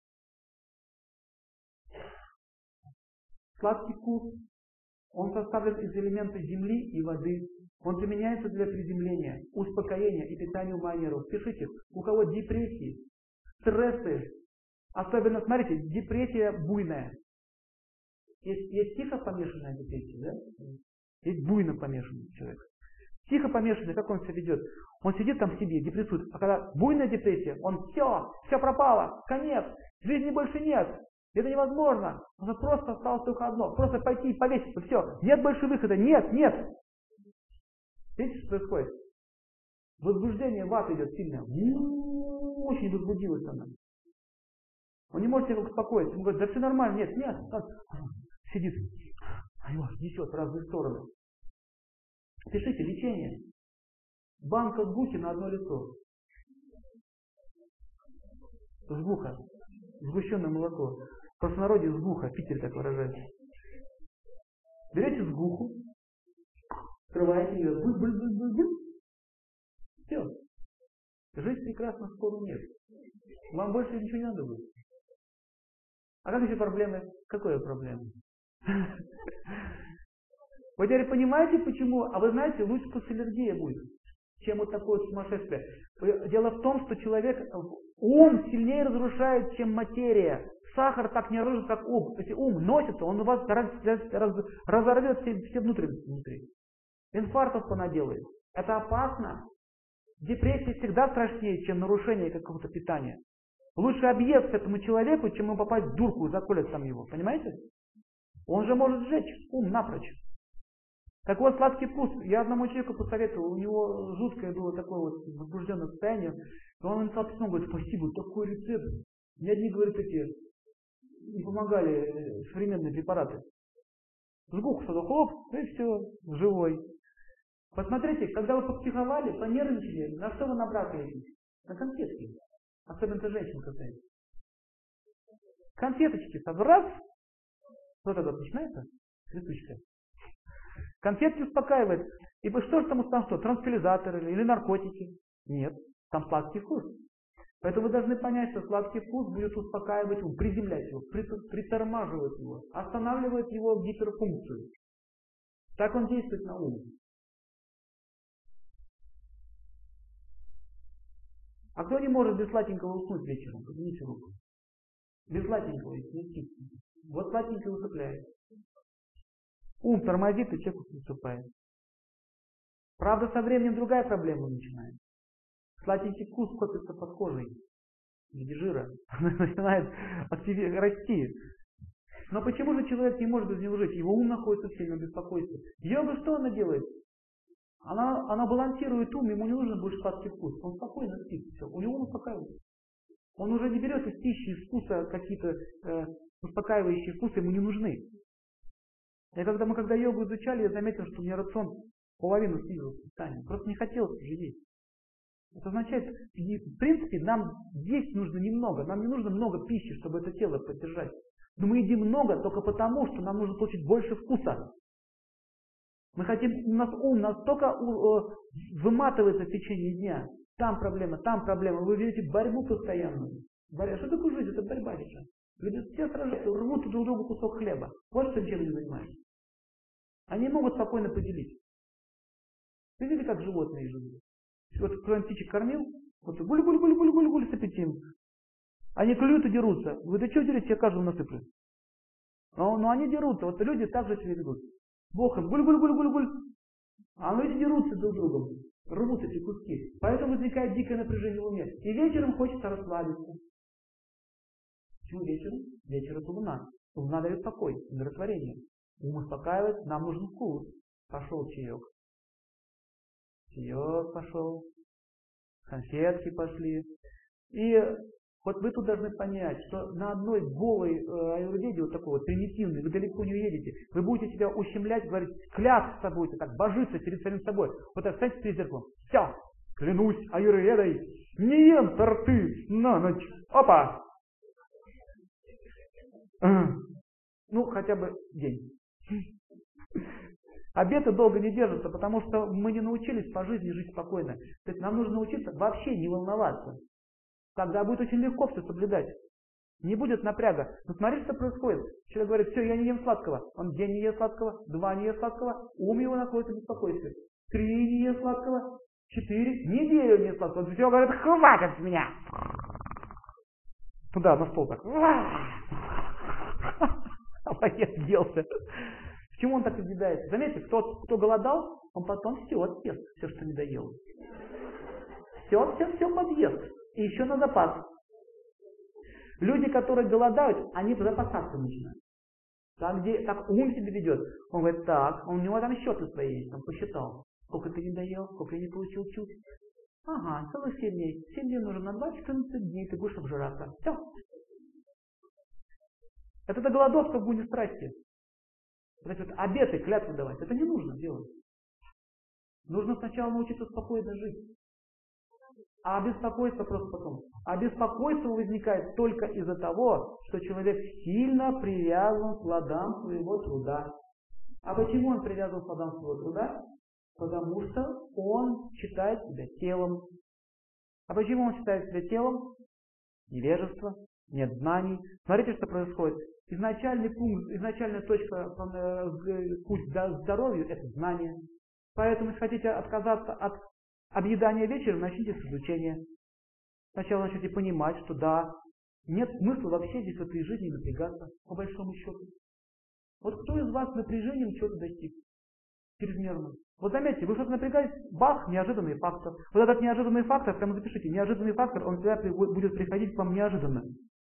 Сладкий вкус, он составлен из элементов земли и воды. Он применяется для приземления, успокоения и питания ума и нервов. Пишите, у кого депрессии, стрессы, особенно, смотрите, депрессия буйная. Есть, есть тихо помешанная депрессия, да? Есть буйно помешанный человек. Тихо помешанный, как он себя ведет? Он сидит там в себе, депрессует. А когда буйная депрессия, он все, все пропало, конец, жизни больше нет. Это невозможно. Уже просто осталось только одно. Просто пойти и повеситься. Все. Нет больше выхода. Нет, нет. Видите, что происходит? Возбуждение в ад идет сильно. Очень возбудилась она. Он не может себя успокоить. Он говорит, да все нормально. Нет, нет. Сидит. А его несет в разные стороны. Пишите лечение. Банка сгухи на одно лицо. Сгуха. Сгущенное молоко. В простонародье сгуха. В Питере так выражается. Берете сгуху, открываете ее. Буль, буль, буль, буль, буль. Все. Жить прекрасно скоро нет. Вам больше ничего не надо будет. А как еще проблемы? Какая проблема? Вы теперь понимаете, почему? А вы знаете, лучше после аллергия будет, чем вот такое сумасшествие. Дело в том, что человек, ум сильнее разрушает, чем материя. Сахар так не разрушит, как ум. Если ум носится, он у вас разорвет все, все внутренности внутри. Инфарктов понаделает. Это опасно. Депрессия всегда страшнее, чем нарушение какого-то питания. Лучше объесть этому человеку, чем ему попасть в дурку и заколят там его. Понимаете? Он же может сжечь ум напрочь. Так вот, сладкий вкус. Я одному человеку посоветовал, у него жуткое было такое вот возбужденное состояние. И он написал письмо, говорит, спасибо, такой рецепт. Мне одни, говорит, эти не помогали современные препараты. Сгух, что-то хлоп, и все, живой. Посмотрите, когда вы попсиховали, понервничали, на что вы набрасываетесь? На конфетки. Особенно это женщин касается. Конфеточки, там раз, что тогда начинается? Цветочка. Конфетки успокаивает. И что же там, там что, транквилизаторы или наркотики? Нет, там сладкий вкус. Поэтому вы должны понять, что сладкий вкус будет успокаивать ум, приземлять его, притормаживать его, останавливать его гиперфункцию. Так он действует на ум. А кто не может без сладенького уснуть вечером? Поднимите руку. Без сладенького, если не спит. Вот сладенький усыпляет. Ум тормозит, и человек усыпает. Правда, со временем другая проблема начинается. Сладенький вкус копится под кожей. В виде жира. Начинает активнее расти. Но почему же человек не может без него жить? Его ум находится в сильном беспокойстве. Йога что она делает? Она, она балансирует ум, ему не нужен больше сладкий вкус. Он спокойно спит, все. У него ум успокаивается. Он уже не берет из пищи, из вкуса какие-то э, успокаивающие вкусы, ему не нужны. И когда мы когда йогу изучали, я заметил, что у меня рацион половину снизился питание. Просто не хотелось уже есть. Это означает, в принципе, нам есть нужно немного. Нам не нужно много пищи, чтобы это тело поддержать. Но мы едим много только потому, что нам нужно получить больше вкуса. Мы хотим, у нас ум настолько выматывается в течение дня. Там проблема, там проблема. Вы видите борьбу постоянную. Борьба. Что такое жизнь? Это борьба сейчас. Люди все сражаются, рвут друг другу кусок хлеба. Вот что чем они занимаются. Они могут спокойно поделить. Видели, как животные живут? Вот кто-нибудь птичек кормил, вот гуль-гуль-гуль-гуль-гуль-гуль с аппетитом. Они клюют и дерутся. Вы да что дерете, я каждому насыплю. Но, но они дерутся. Вот люди так же себя ведут. Бог им гуль-гуль-гуль-гуль-гуль. А люди дерутся друг с другом, рвут эти куски. Поэтому возникает дикое напряжение в уме. И вечером хочется расслабиться. Почему вечером? Вечер это луна. Луна дает покой, умиротворение. Ум успокаивает, нам нужен вкус. Пошел чаек. Чаек пошел. Конфетки пошли. И вот вы тут должны понять, что на одной голой э, аюрведе, вот такой вот примитивной, вы далеко не уедете. Вы будете себя ущемлять, говорить, клясться будете, так божиться перед самим собой. Вот так встаньте перед зеркалом. Все, клянусь аюрведой, не ем торты на ночь. Опа! Ну, хотя бы день. Обеты долго не держатся, потому что мы не научились по жизни жить спокойно. То есть нам нужно научиться вообще не волноваться. Тогда будет очень легко все соблюдать. Не будет напряга. Но смотри, что происходит. Человек говорит, все, я не ем сладкого. Он день не ест сладкого, два не ест сладкого, ум его находится в беспокойстве. Три не ест сладкого, четыре, неделю не ест сладкого. Он все говорит, хватит с меня. Туда, на стол так. А поест делся. Почему он так изъедается? Заметьте, кто, кто голодал, он потом все отъест, все, что не доел. Все, все, все подъест. И еще на запас. Люди, которые голодают, они запасаться начинают. Так, где, так ум себя ведет. Он говорит, так, у него там счеты свои есть, он посчитал. Сколько ты не доел, сколько я не получил чуть. Ага, целых семь дней. семь дней нужно на два, четырнадцать дней ты будешь обжираться. Все. Это до голодовка в гуне страсти. Вот эти вот обеты, клятвы давать. Это не нужно делать. Нужно сначала научиться спокойно жить. А беспокойство просто потом. А беспокойство возникает только из-за того, что человек сильно привязан к плодам своего труда. А почему он привязан к плодам своего труда? Потому что он считает себя телом. А почему он считает себя телом? Невежество, нет знаний. Смотрите, что происходит. Изначальный пункт, изначальная точка, путь к здоровью – это знание. Поэтому, если хотите отказаться от объедания вечером, начните с изучения. Сначала начните понимать, что да, нет смысла вообще здесь в этой жизни напрягаться, по большому счету. Вот кто из вас напряжением чего-то достиг? Чрезмерно. Вот заметьте, вы что-то напрягались, бах, неожиданный фактор. Вот этот неожиданный фактор, прямо запишите, неожиданный фактор, он всегда будет приходить к вам неожиданно.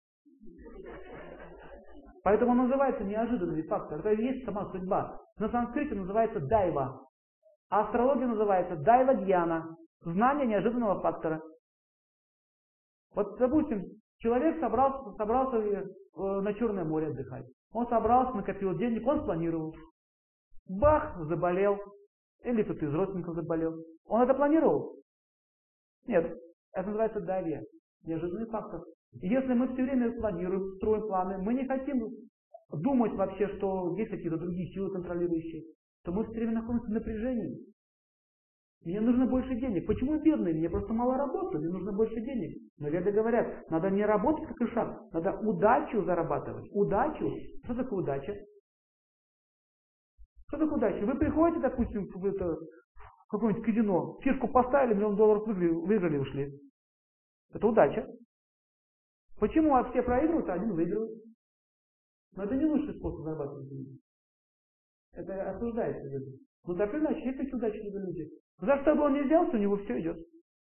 Поэтому он называется неожиданный фактор. Это и есть сама судьба. На санскрите называется дайва. А астрология называется дайва-дьяна. Знание неожиданного фактора. Вот, допустим, человек собрался, собрался на Черное море отдыхать. Он собрался, накопил денег, он спланировал. Бах, заболел. Или кто-то из родственников заболел. Он это планировал? Нет. Это называется дайва. Неожиданный фактор. И если мы все время планируем, строим планы, мы не хотим думать вообще, что есть какие-то другие силы контролирующие, то мы все время находимся в напряжении. Мне нужно больше денег. Почему бедный? Мне просто мало работы, мне нужно больше денег. Но веды говорят, надо не работать как ишак, надо удачу зарабатывать. Удачу. Что такое удача? Что такое удача? Вы приходите, допустим, в, это, в какое-нибудь казино, фишку поставили, миллион долларов выиграли, выиграли и ушли. Это удача. Почему все проигрывают, а один выигрывает? Но это не лучший способ зарабатывать деньги. Это осуждается люди. Но так или иначе, есть такие удачные люди. За что бы он ни взялся, у него все идет.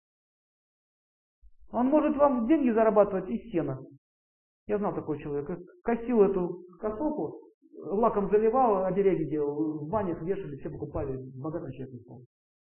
Он может вам деньги зарабатывать из сена. Я знал такого человека. Косил эту косоху, лаком заливал, обереги делал, в банях вешали, все покупали, богатый человек стал.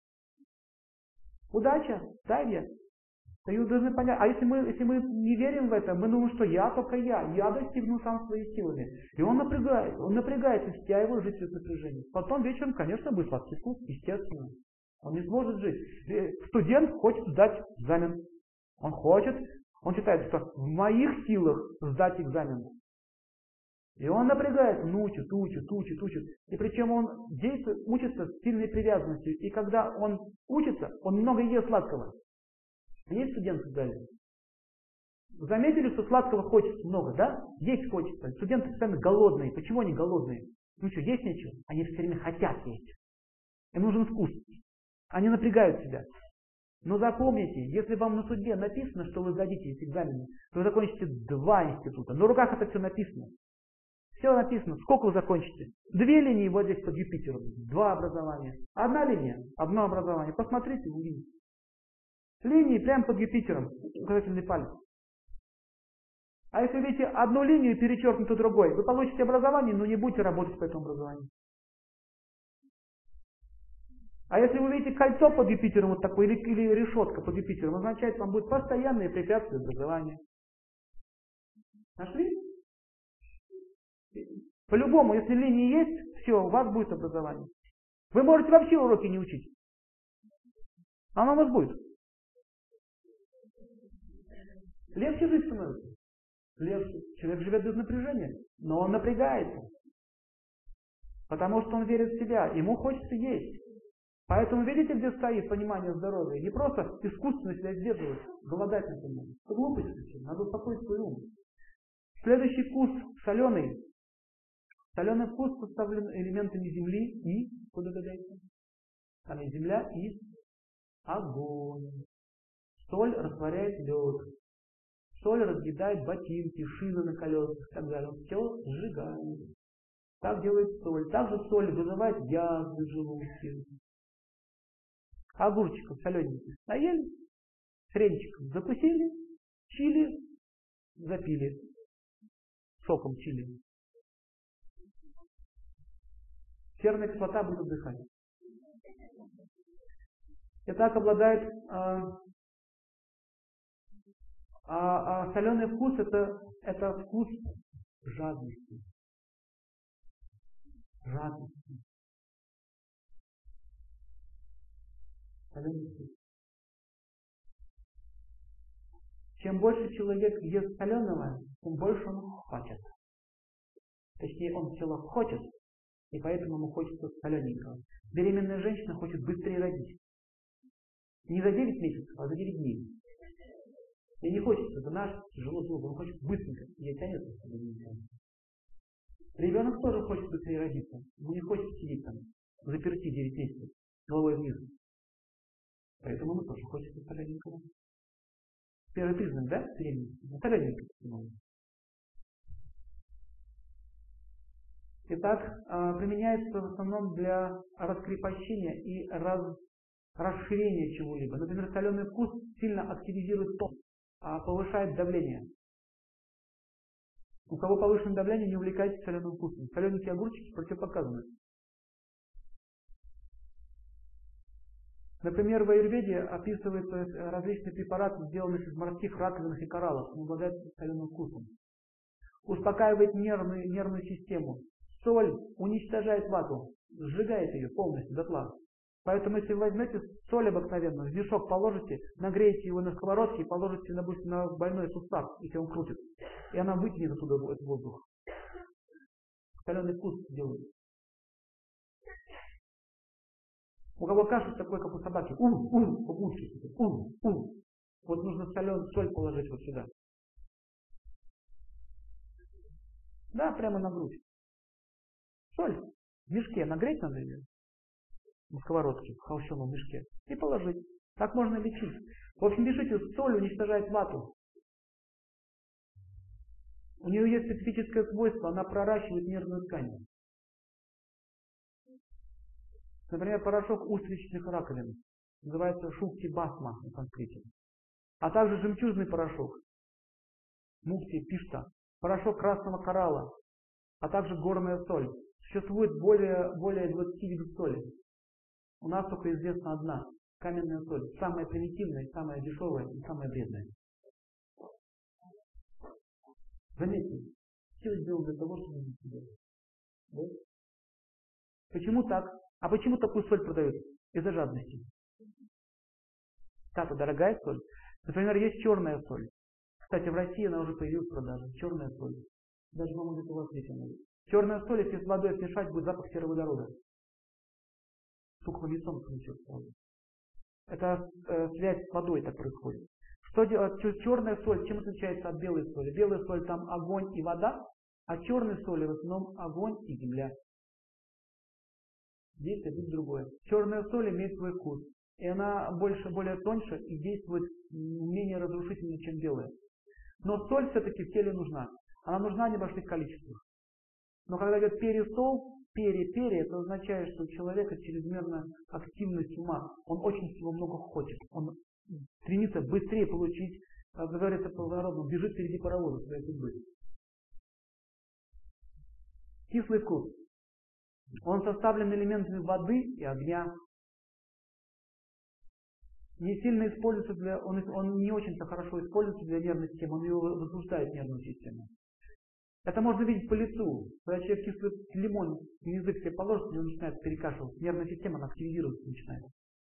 Удача, дайва. Ее должны понять. А если мы, если мы не верим в это, мы думаем, что я только я, я достигну сам своими силами. И он напрягает, он напрягается, вся его жизнь в напряжении. Потом вечером, конечно, будет сладкий вкус, естественно. Он не сможет жить. Студент хочет сдать экзамен. Он хочет, он считает, что в моих силах сдать экзамен. И он напрягается, он учит, учит, учит, учит. И причем он действует, учится с сильной привязанностью. И когда он учится, он много ест сладкого. Есть студенты в зале? Заметили, что сладкого хочется много, да? Есть хочется. Студенты постоянно голодные. Почему они голодные? Ну что, есть нечего? Они все время хотят есть. Им нужен вкус. Они напрягают себя. Но запомните, если вам на судьбе написано, что вы сдадите эти экзамены, то вы закончите два института. На руках это все написано. Все написано. Сколько вы закончите? Две линии вот здесь под Юпитером. Два образования. Одна линия. Одно образование. Посмотрите, вы увидите. Линии прямо под Юпитером. Указательный палец. А если видите одну линию перечеркнутую другой, вы получите образование, но не будете работать по этому образованию. А если вы видите кольцо под Юпитером, вот такое, или, или решетка под Юпитером, означает, вам будет постоянные препятствия образования. Нашли? По-любому, если линии есть, все, у вас будет образование. Вы можете вообще уроки не учить. Оно у вас будет. Легче жить становится. Легче. Человек живет без напряжения, но он напрягается. Потому что он верит в себя, ему хочется есть. Поэтому видите, где стоит понимание здоровья? Не просто искусственно себя сдерживать, голодать, например. Это глупость. Надо успокоить свой ум. Следующий вкус соленый. Соленый вкус составлен элементами земли и, кто догадается? Там есть земля и огонь. Соль растворяет лед. Соль разъедает ботинки, шины на колесах и так далее. Он все сжигает. Так делает соль. Также соль вызывает язвы в желудке. Огурчиков солененьких наели, хренчиком закусили, чили запили соком чили. Серная кислота будет отдыхать. Итак, обладает а, а, а соленый вкус это, это вкус жадности. Жадности. Соленый вкус. Чем больше человек ест соленого, тем больше он хочет. Точнее, он сначала хочет, и поэтому ему хочется солененького. Беременная женщина хочет быстрее родить. Не за девять месяцев, а за девять дней. Ей не хочется, это наш тяжело долго, он хочет быстренько. Ей тянется, чтобы не тянется. Ребенок тоже хочет быстрее родиться. Ему не хочется сидеть там, заперти девять месяцев, головой вниз. Поэтому ему тоже хочется солененького. Первый признак, да, беременности? Солененького. Итак, применяется в основном для раскрепощения и раз, расширения чего-либо. Например, соленый вкус сильно активизирует ток, повышает давление. У кого повышенное давление, не увлекайтесь соленым вкусом. Солененькие огурчики противопоказаны. Например, в аюрведе описываются различные препараты, сделанные из морских раковин и кораллов. Он обладает соленым вкусом. Успокаивает нервную, нервную систему. Соль уничтожает вату, сжигает ее полностью дотла. Поэтому, если вы возьмете соль обыкновенную, в мешок положите, нагреете его на сковородке и положите, допустим, на больной сустав, если он крутит, и она вытянет оттуда этот воздух. Соленый вкус делает. У кого кашель такой, как у собаки, у-у, побудки, у-у. Вот нужно соленую соль положить вот сюда. Да, прямо на грудь. Соль в мешке нагреть надо ее, на сковородке, в холщовом мешке, и положить. Так можно лечить. В общем, пишите, соль уничтожает вату. У нее есть специфическое свойство, она проращивает нервную ткань. Например, порошок устричных раковин. Называется шукти басма на санскрите. А также жемчужный порошок. Мукти пишта. Порошок красного коралла. А также горная соль. Существует более, более двадцати видов соли. У нас только известна одна. Каменная соль. Самая примитивная, самая дешевая и самая вредная. Заметьте. Все сделано для того, чтобы не себя. Да? Почему так? А почему такую соль продают? Из-за жадности. Та-то дорогая соль. Например, есть черная соль. Кстати, в России она уже появилась в продаже. Черная соль. Даже, по-моему, где-то у вас есть она. Черная соль, если с водой смешать, будет запах сероводорода. Сухломицом принесет. Это э, связь с водой так происходит. Что делать? Черная соль чем отличается от белой соли? Белая соль там огонь и вода, а черной соли в основном огонь и земля. Действие будет другое. Черная соль имеет свой вкус. И она больше, более тоньше и действует менее разрушительно, чем белая. Но соль все-таки в теле нужна. Она нужна в небольших количествах. Но когда идет пересол, пере-пере, это означает, что у человека чрезмерная активность ума. Он очень всего много хочет. Он стремится быстрее получить, как говорится по-народному, бежит впереди паровоза своей судьбы. Кислый вкус. Он составлен элементами воды и огня. Не сильно используется для, он, он не очень-то хорошо используется для нервной системы, он ее возбуждает нервную систему. Это можно видеть по лицу. Когда человек кислый лимон на язык себе положит, у него начинает перекашиваться. Нервная система, она активизироваться начинает.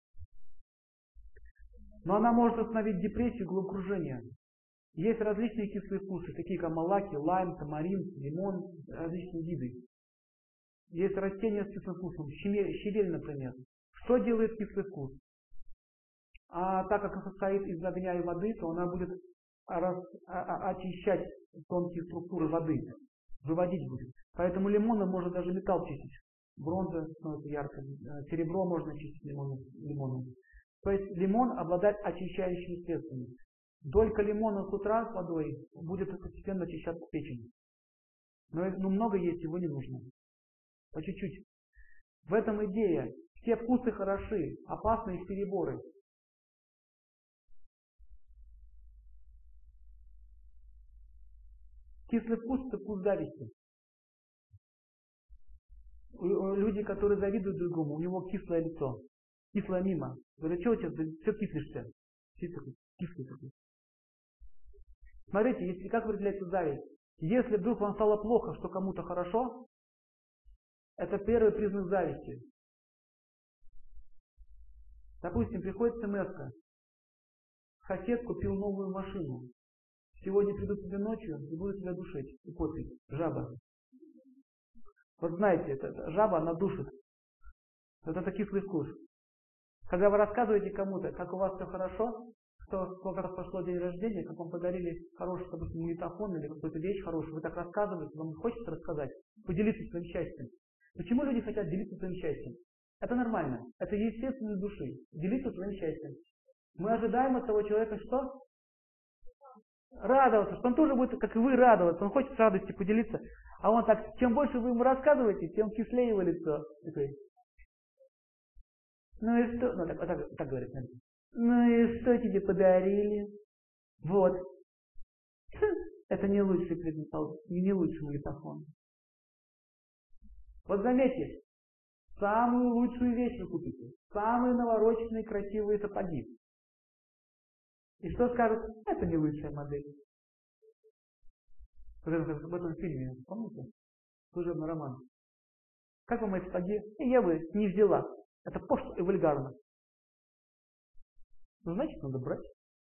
Но она может остановить депрессию, головокружение. Есть различные кислые вкусы, такие как малаки, лайм, тамарин, лимон, различные виды. Есть растения с кислым вкусом, щавель, например. Что делает кислый вкус? А так как он состоит из огня и воды, то она будет раз, а, очищать тонкие структуры воды, выводить будет. Поэтому лимоном можно даже металл чистить. Бронза становится ярко, серебро можно чистить лимоном. лимоном. То есть лимон обладает очищающими средствами. Долька лимона с утра с водой будет постепенно очищаться печень. Но, но много есть его не нужно. По чуть-чуть. В этом идея. Все вкусы хороши, опасны их переборы. Кислый вкус – это вкус зависти. Люди, которые завидуют другому, у него кислое лицо. Кислое мимо. Говорят, что у тебя, все кислишься? Кислый, кислый такой. Смотрите, если, как определяется зависть? Если вдруг вам стало плохо, что кому-то хорошо, это первый признак зависти. Допустим, приходит смс-ка. Сосед купил новую машину. Сегодня придут тебе ночью и будут тебя душить и попить. Жаба. Вот знаете, это, это, жаба, она душит. Вот это кислый вкус. Когда вы рассказываете кому-то, как у вас все хорошо, что сколько раз прошло день рождения, как вам подарили хороший, допустим, магнитофон или какую-то вещь хорошую, вы так рассказываете, вам хочется рассказать, поделиться своим счастьем. Почему люди хотят делиться своим счастьем? Это нормально. Это естественно души. Делиться своим счастьем. Мы ожидаем от того человека что? Радоваться, что он тоже будет, как и вы, радоваться. Он хочет с радостью поделиться. А он так, чем больше вы ему рассказываете, тем кислее его лицо. Такой. Ну и что? Ну, так, вот так, так говорит. Ну и что тебе подарили? Вот. Это не лучший предмет, не лучший магнитофон. Вот заметьте, самую лучшую вещь вы купите. Самые навороченные красивые сапоги. И что скажут? Это не лучшая модель. В этом фильме, помните? Служебный роман. Как вам эти сапоги? И я бы не взяла. Это пошло и вульгарно. Ну, значит, надо брать.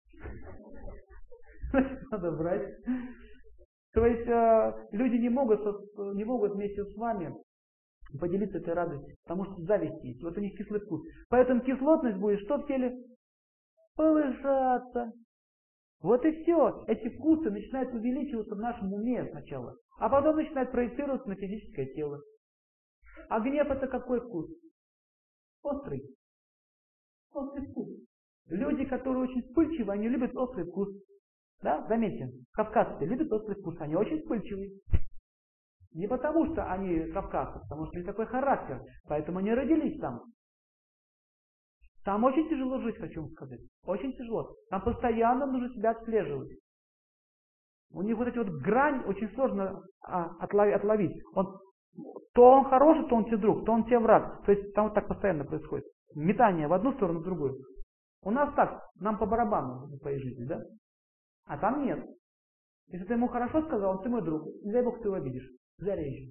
Значит, надо брать. То есть э, люди не могут, не могут вместе с вами поделиться этой радостью, потому что зависть есть. Вот у них кислый вкус. Поэтому кислотность будет что в теле? Повышаться. Вот и все. Эти вкусы начинают увеличиваться в нашем уме сначала, а потом начинают проецироваться на физическое тело. А гнев это какой вкус? Острый. Острый вкус. Люди, которые очень вспыльчивы, они любят острый вкус. Да, заметьте, кавказцы любят острый вкус, они очень вспыльчивые. Не потому, что они кавказцы, потому что у них такой характер, поэтому они родились там. Там очень тяжело жить, хочу вам сказать. Очень тяжело. Там постоянно нужно себя отслеживать. У них вот эти вот грань очень сложно а, отлови, отловить. Он, то он хороший, то он тебе друг, то он тебе враг. То есть там вот так постоянно происходит. Метание в одну сторону, в другую. У нас так, нам по барабану в своей жизни, да? А там нет. Если ты ему хорошо сказал, он ты мой друг. Не дай бог ты его видишь. Зарежем.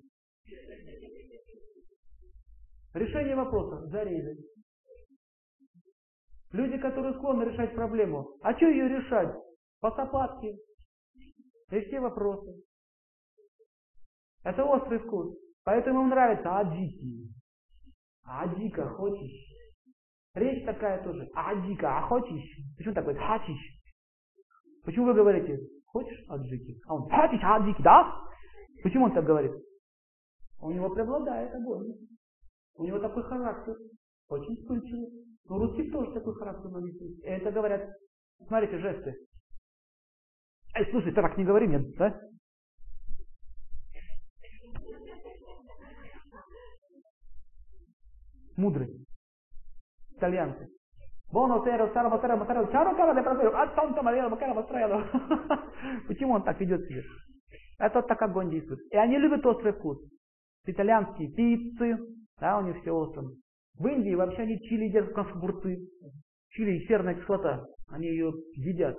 Решение вопроса. Зарезать. Люди, которые склонны решать проблему. А что ее решать? По сапатке. И все вопросы. Это острый вкус. Поэтому им нравится аджики. А дико хочешь? Речь такая тоже. А дико, а хочешь? Почему такой? Хочешь? Почему вы говорите? Хочешь аджики? А он хочешь аджики, да? Почему он так говорит? У него преобладает огонь. У него такой характер. Очень вспыльчивый. Но русских тоже такой характер на них есть. И это говорят. Смотрите, жесты. Эй, слушай, ты так не говори мне, да? Мудрый. Итальянцы. Почему он так ведет себя? Это вот так огонь действует. И они любят острый вкус. Итальянские пиццы, да, у них все острое. В Индии вообще они чили едят как огурцы. Чили и серная кислота. Они ее едят.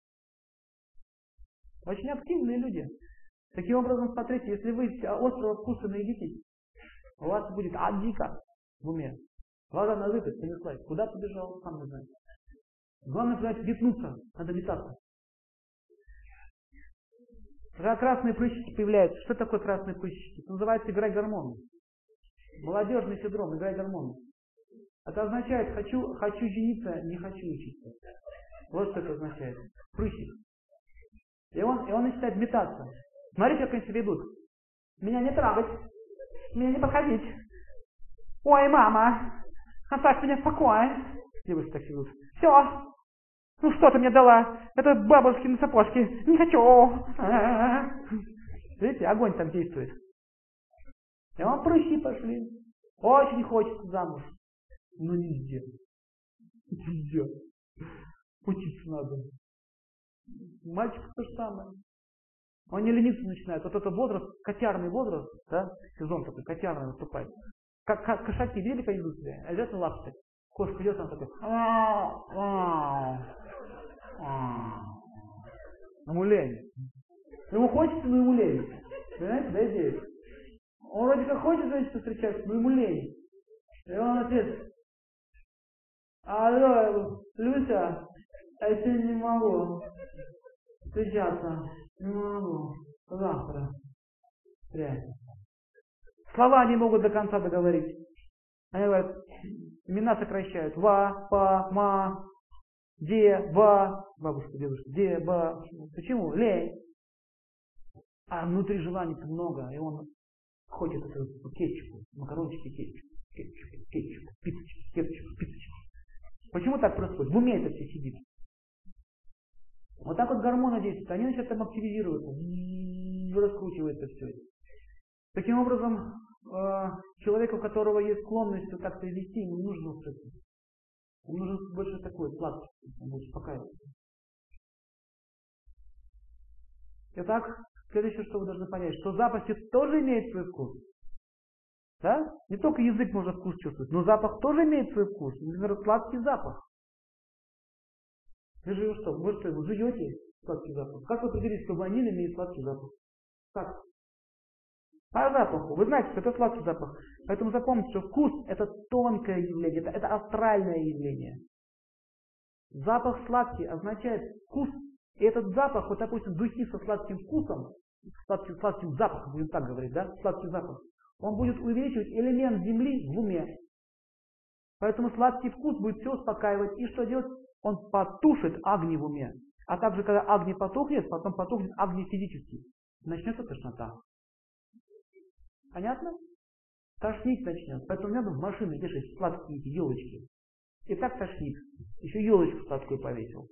Очень активные люди. Таким образом, смотрите, если вы острого вкуса наедитесь, у вас будет адика в уме. Глаза на выпад, понеслась. Куда побежал, сам не знает. Главное, сказать, метнуться. Надо метаться. Когда красные прыщики появляются, что такое красные прыщики? Это называется игра гормонов. Молодежный синдром, игра гормонов. Это означает, хочу, хочу жениться, не хочу учиться. Вот что это означает. Прыщик. И он, и он начинает метаться. Смотрите, как они себя ведут. Меня не трогать. Меня не подходить. Ой, мама. Оставь меня в покое. Девушки так ведут. Все. Ну что ты мне дала? Это бабушкины сапожки. Не хочу. Видите, огонь там действует. И он прыщи пошли. Очень хочется замуж. Но нельзя. Нельзя. Учиться надо. Мальчик то же самое. Он не лениться начинает. Вот это возраст, котярный возраст, да, сезон такой, котярный наступает. Как, как кошаки видели по индустрии? Обязательно лапты. Кошка идет, он такой. Ему лень. Ему хочется, но ему лень. Понимаете, да, идея? Он вроде как хочет женщину встречаться, но ему лень. И он ответ. Алло, Люся, я сегодня не могу встречаться. Не могу. Завтра. Прячь. Слова не могут до конца договорить. Они говорят, имена сокращают. Ва, па, ма, де, ба. Бабушка, дедушка, де, ба. Почему? Лень. А внутри желаний-то много. И он хочет это кетчупу, макарончики кетчуп, кетчуп, кетчуп, пиццечки, кетчуп, пиццечки. Почему так происходит? В уме это все сидит. Вот так вот гормоны действуют. Они начинают там активизироваться. Раскручивается все. Таким образом, человеку, у которого есть склонность вот так себя вести, ему не нужно устроиться. Ему нужен больше такой сладкий. Он будет успокаиваться. Итак, следующее, что вы должны понять, что запахи тоже имеют свой вкус. Да? Не только язык может вкус чувствовать, но запах тоже имеет свой вкус. Например, сладкий запах. Вы же что? Вы что, вы жуете сладкий запах? Как вы определите, что ваниль имеет сладкий запах? Как? По запаху. Вы знаете, что это сладкий запах. Поэтому запомните, что вкус это тонкое явление, это, это астральное явление. Запах сладкий означает вкус. И этот запах, вот допустим, духи со сладким вкусом, сладким, сладким запахом, будем так говорить, да, сладкий запах, он будет увеличивать элемент земли в уме. Поэтому сладкий вкус будет все успокаивать. И что делать? Он потушит огни в уме. А также, когда огни потухнет, потом потухнет огни физический. Начнется тошнота. Понятно? Тошнить начнет. Поэтому надо в машине вешать сладкие эти елочки. И так тошнит. Еще елочку сладкую повесил.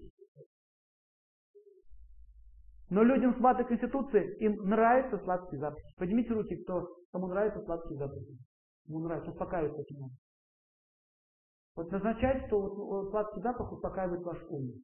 Но людям с ватой конституции, им нравится сладкий запах. Поднимите руки, кто, кому нравится сладкий запах. Ему нравится, успокаивается этим. Вот назначает, что вот сладкий запах успокаивает ваш ум.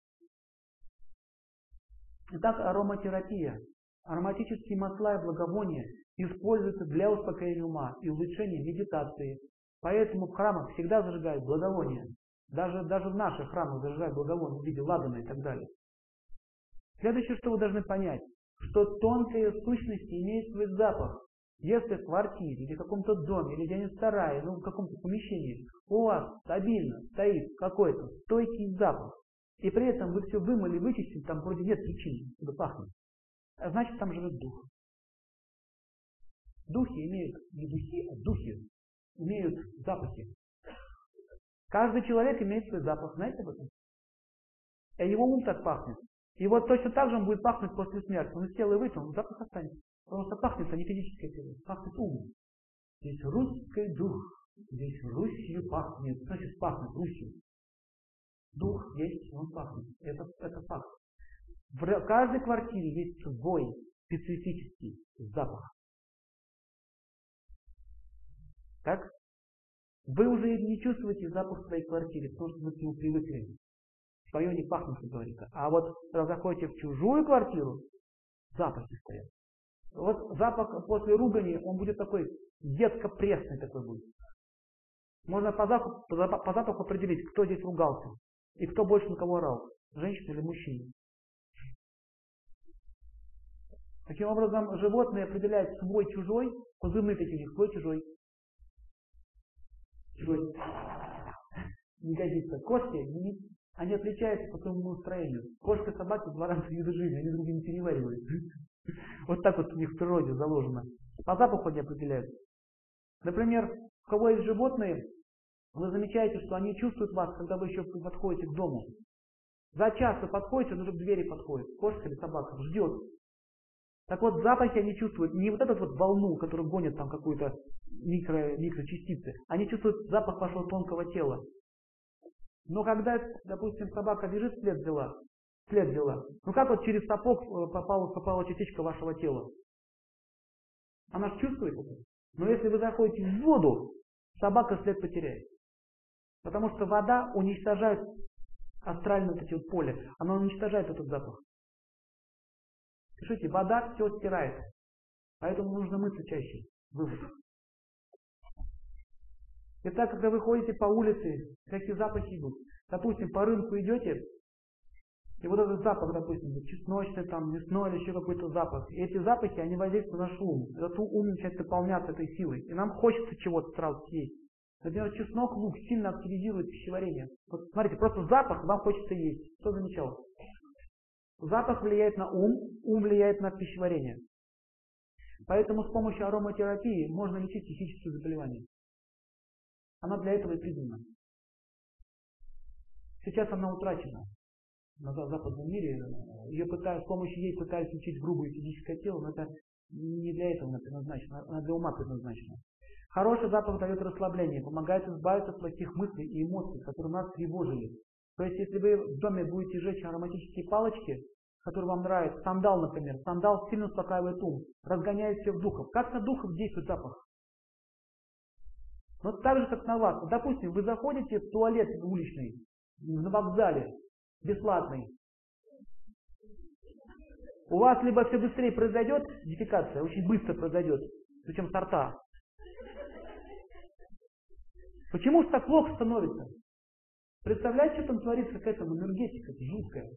Итак, ароматерапия. Ароматические масла и благовония используются для успокоения ума и улучшения медитации. Поэтому в храмах всегда зажигают благовония. Даже, даже в наших храмах зажигают благовония в виде ладана и так далее. Следующее, что вы должны понять, что тонкая сущность имеет свой запах. Если в квартире, или в каком-то доме, или где-нибудь в сарае, ну в каком-то помещении, у вас стабильно стоит какой-то стойкий запах, и при этом вы все вымыли, вычистили, там вроде нет причин, куда пахнет, значит там живет дух. Духи имеют, не духи, а духи имеют запахи. Каждый человек имеет свой запах, знаете об этом? И его ум так пахнет. И вот точно так же он будет пахнуть после смерти. Он из тела выйдет, он запах останется. Потому что пахнет, а не физическое тело. Пахнет умом. Здесь русский дух. Здесь Русью пахнет. Значит, пахнет Русью. Дух есть, он пахнет. Это, это факт. В каждой квартире есть свой специфический запах. Так? Вы уже не чувствуете запах в своей квартире, потому что вы к нему привыкли. Свое не пахнет, как говорится. А вот когда заходите в чужую квартиру, запахи стоят. Вот запах после ругани, он будет такой, едко-пресный такой будет. Можно по запаху, по запаху определить, кто здесь ругался. И кто больше на кого орал. Женщина или мужчина. Таким образом, животные определяют свой-чужой, позывные такие у них, свой-чужой. Чужой. Не годится. Кошки, они отличаются по своему настроению. Кошка и собака в два раза вида жизни, они друг друга не переваривают. Вот так вот у них в природе заложено. По запаху они определяют. Например, у кого есть животные, вы замечаете, что они чувствуют вас, когда вы еще подходите к дому. За час вы подходите, он уже к двери подходит. Кошка или собака ждет. Так вот, запахи они чувствуют не вот эту вот волну, которая гонит там какую-то микро, микрочастицы. Они чувствуют запах вашего тонкого тела. Но когда, допустим, собака бежит, след взяла, след взяла. Ну как вот через сапог попала, попала частичка вашего тела? Она же чувствует это. Но если вы заходите в воду, собака след потеряет. Потому что вода уничтожает астральное вот эти вот поле. Она уничтожает этот запах. Пишите, вода все стирает. Поэтому нужно мыться чаще. Вывод. Итак, когда вы ходите по улице, какие запахи идут. Допустим, по рынку идете, и вот этот запах, допустим, чесночный, там, мясной или еще какой-то запах. И эти запахи, они воздействуют на наш ум. Этот ум начинает наполняться этой силой. И нам хочется чего-то сразу съесть. Например, чеснок, лук сильно активизирует пищеварение. Вот смотрите, просто запах вам хочется есть. Кто замечал? Запах влияет на ум, ум влияет на пищеварение. Поэтому с помощью ароматерапии можно лечить психические заболевания. Она для этого и признана. Сейчас она утрачена. На западном мире ее пытаются, с помощью ей пытались лечить грубое физическое тело, но это не для этого она предназначена, она для ума предназначена. Хороший запах дает расслабление, помогает избавиться от плохих мыслей и эмоций, которые нас тревожили. То есть, если вы в доме будете жечь ароматические палочки, которые вам нравятся, сандал, например, сандал сильно успокаивает ум, разгоняет всех духов. Как на духов действует запах? Вот так же, как на вас. Допустим, вы заходите в туалет уличный, на вокзале, бесплатный. У вас либо все быстрее произойдет, дефекация, очень быстро произойдет, причем с рта. Почему же так плохо становится? Представляете, что там творится, какая-то энергетика жуткая.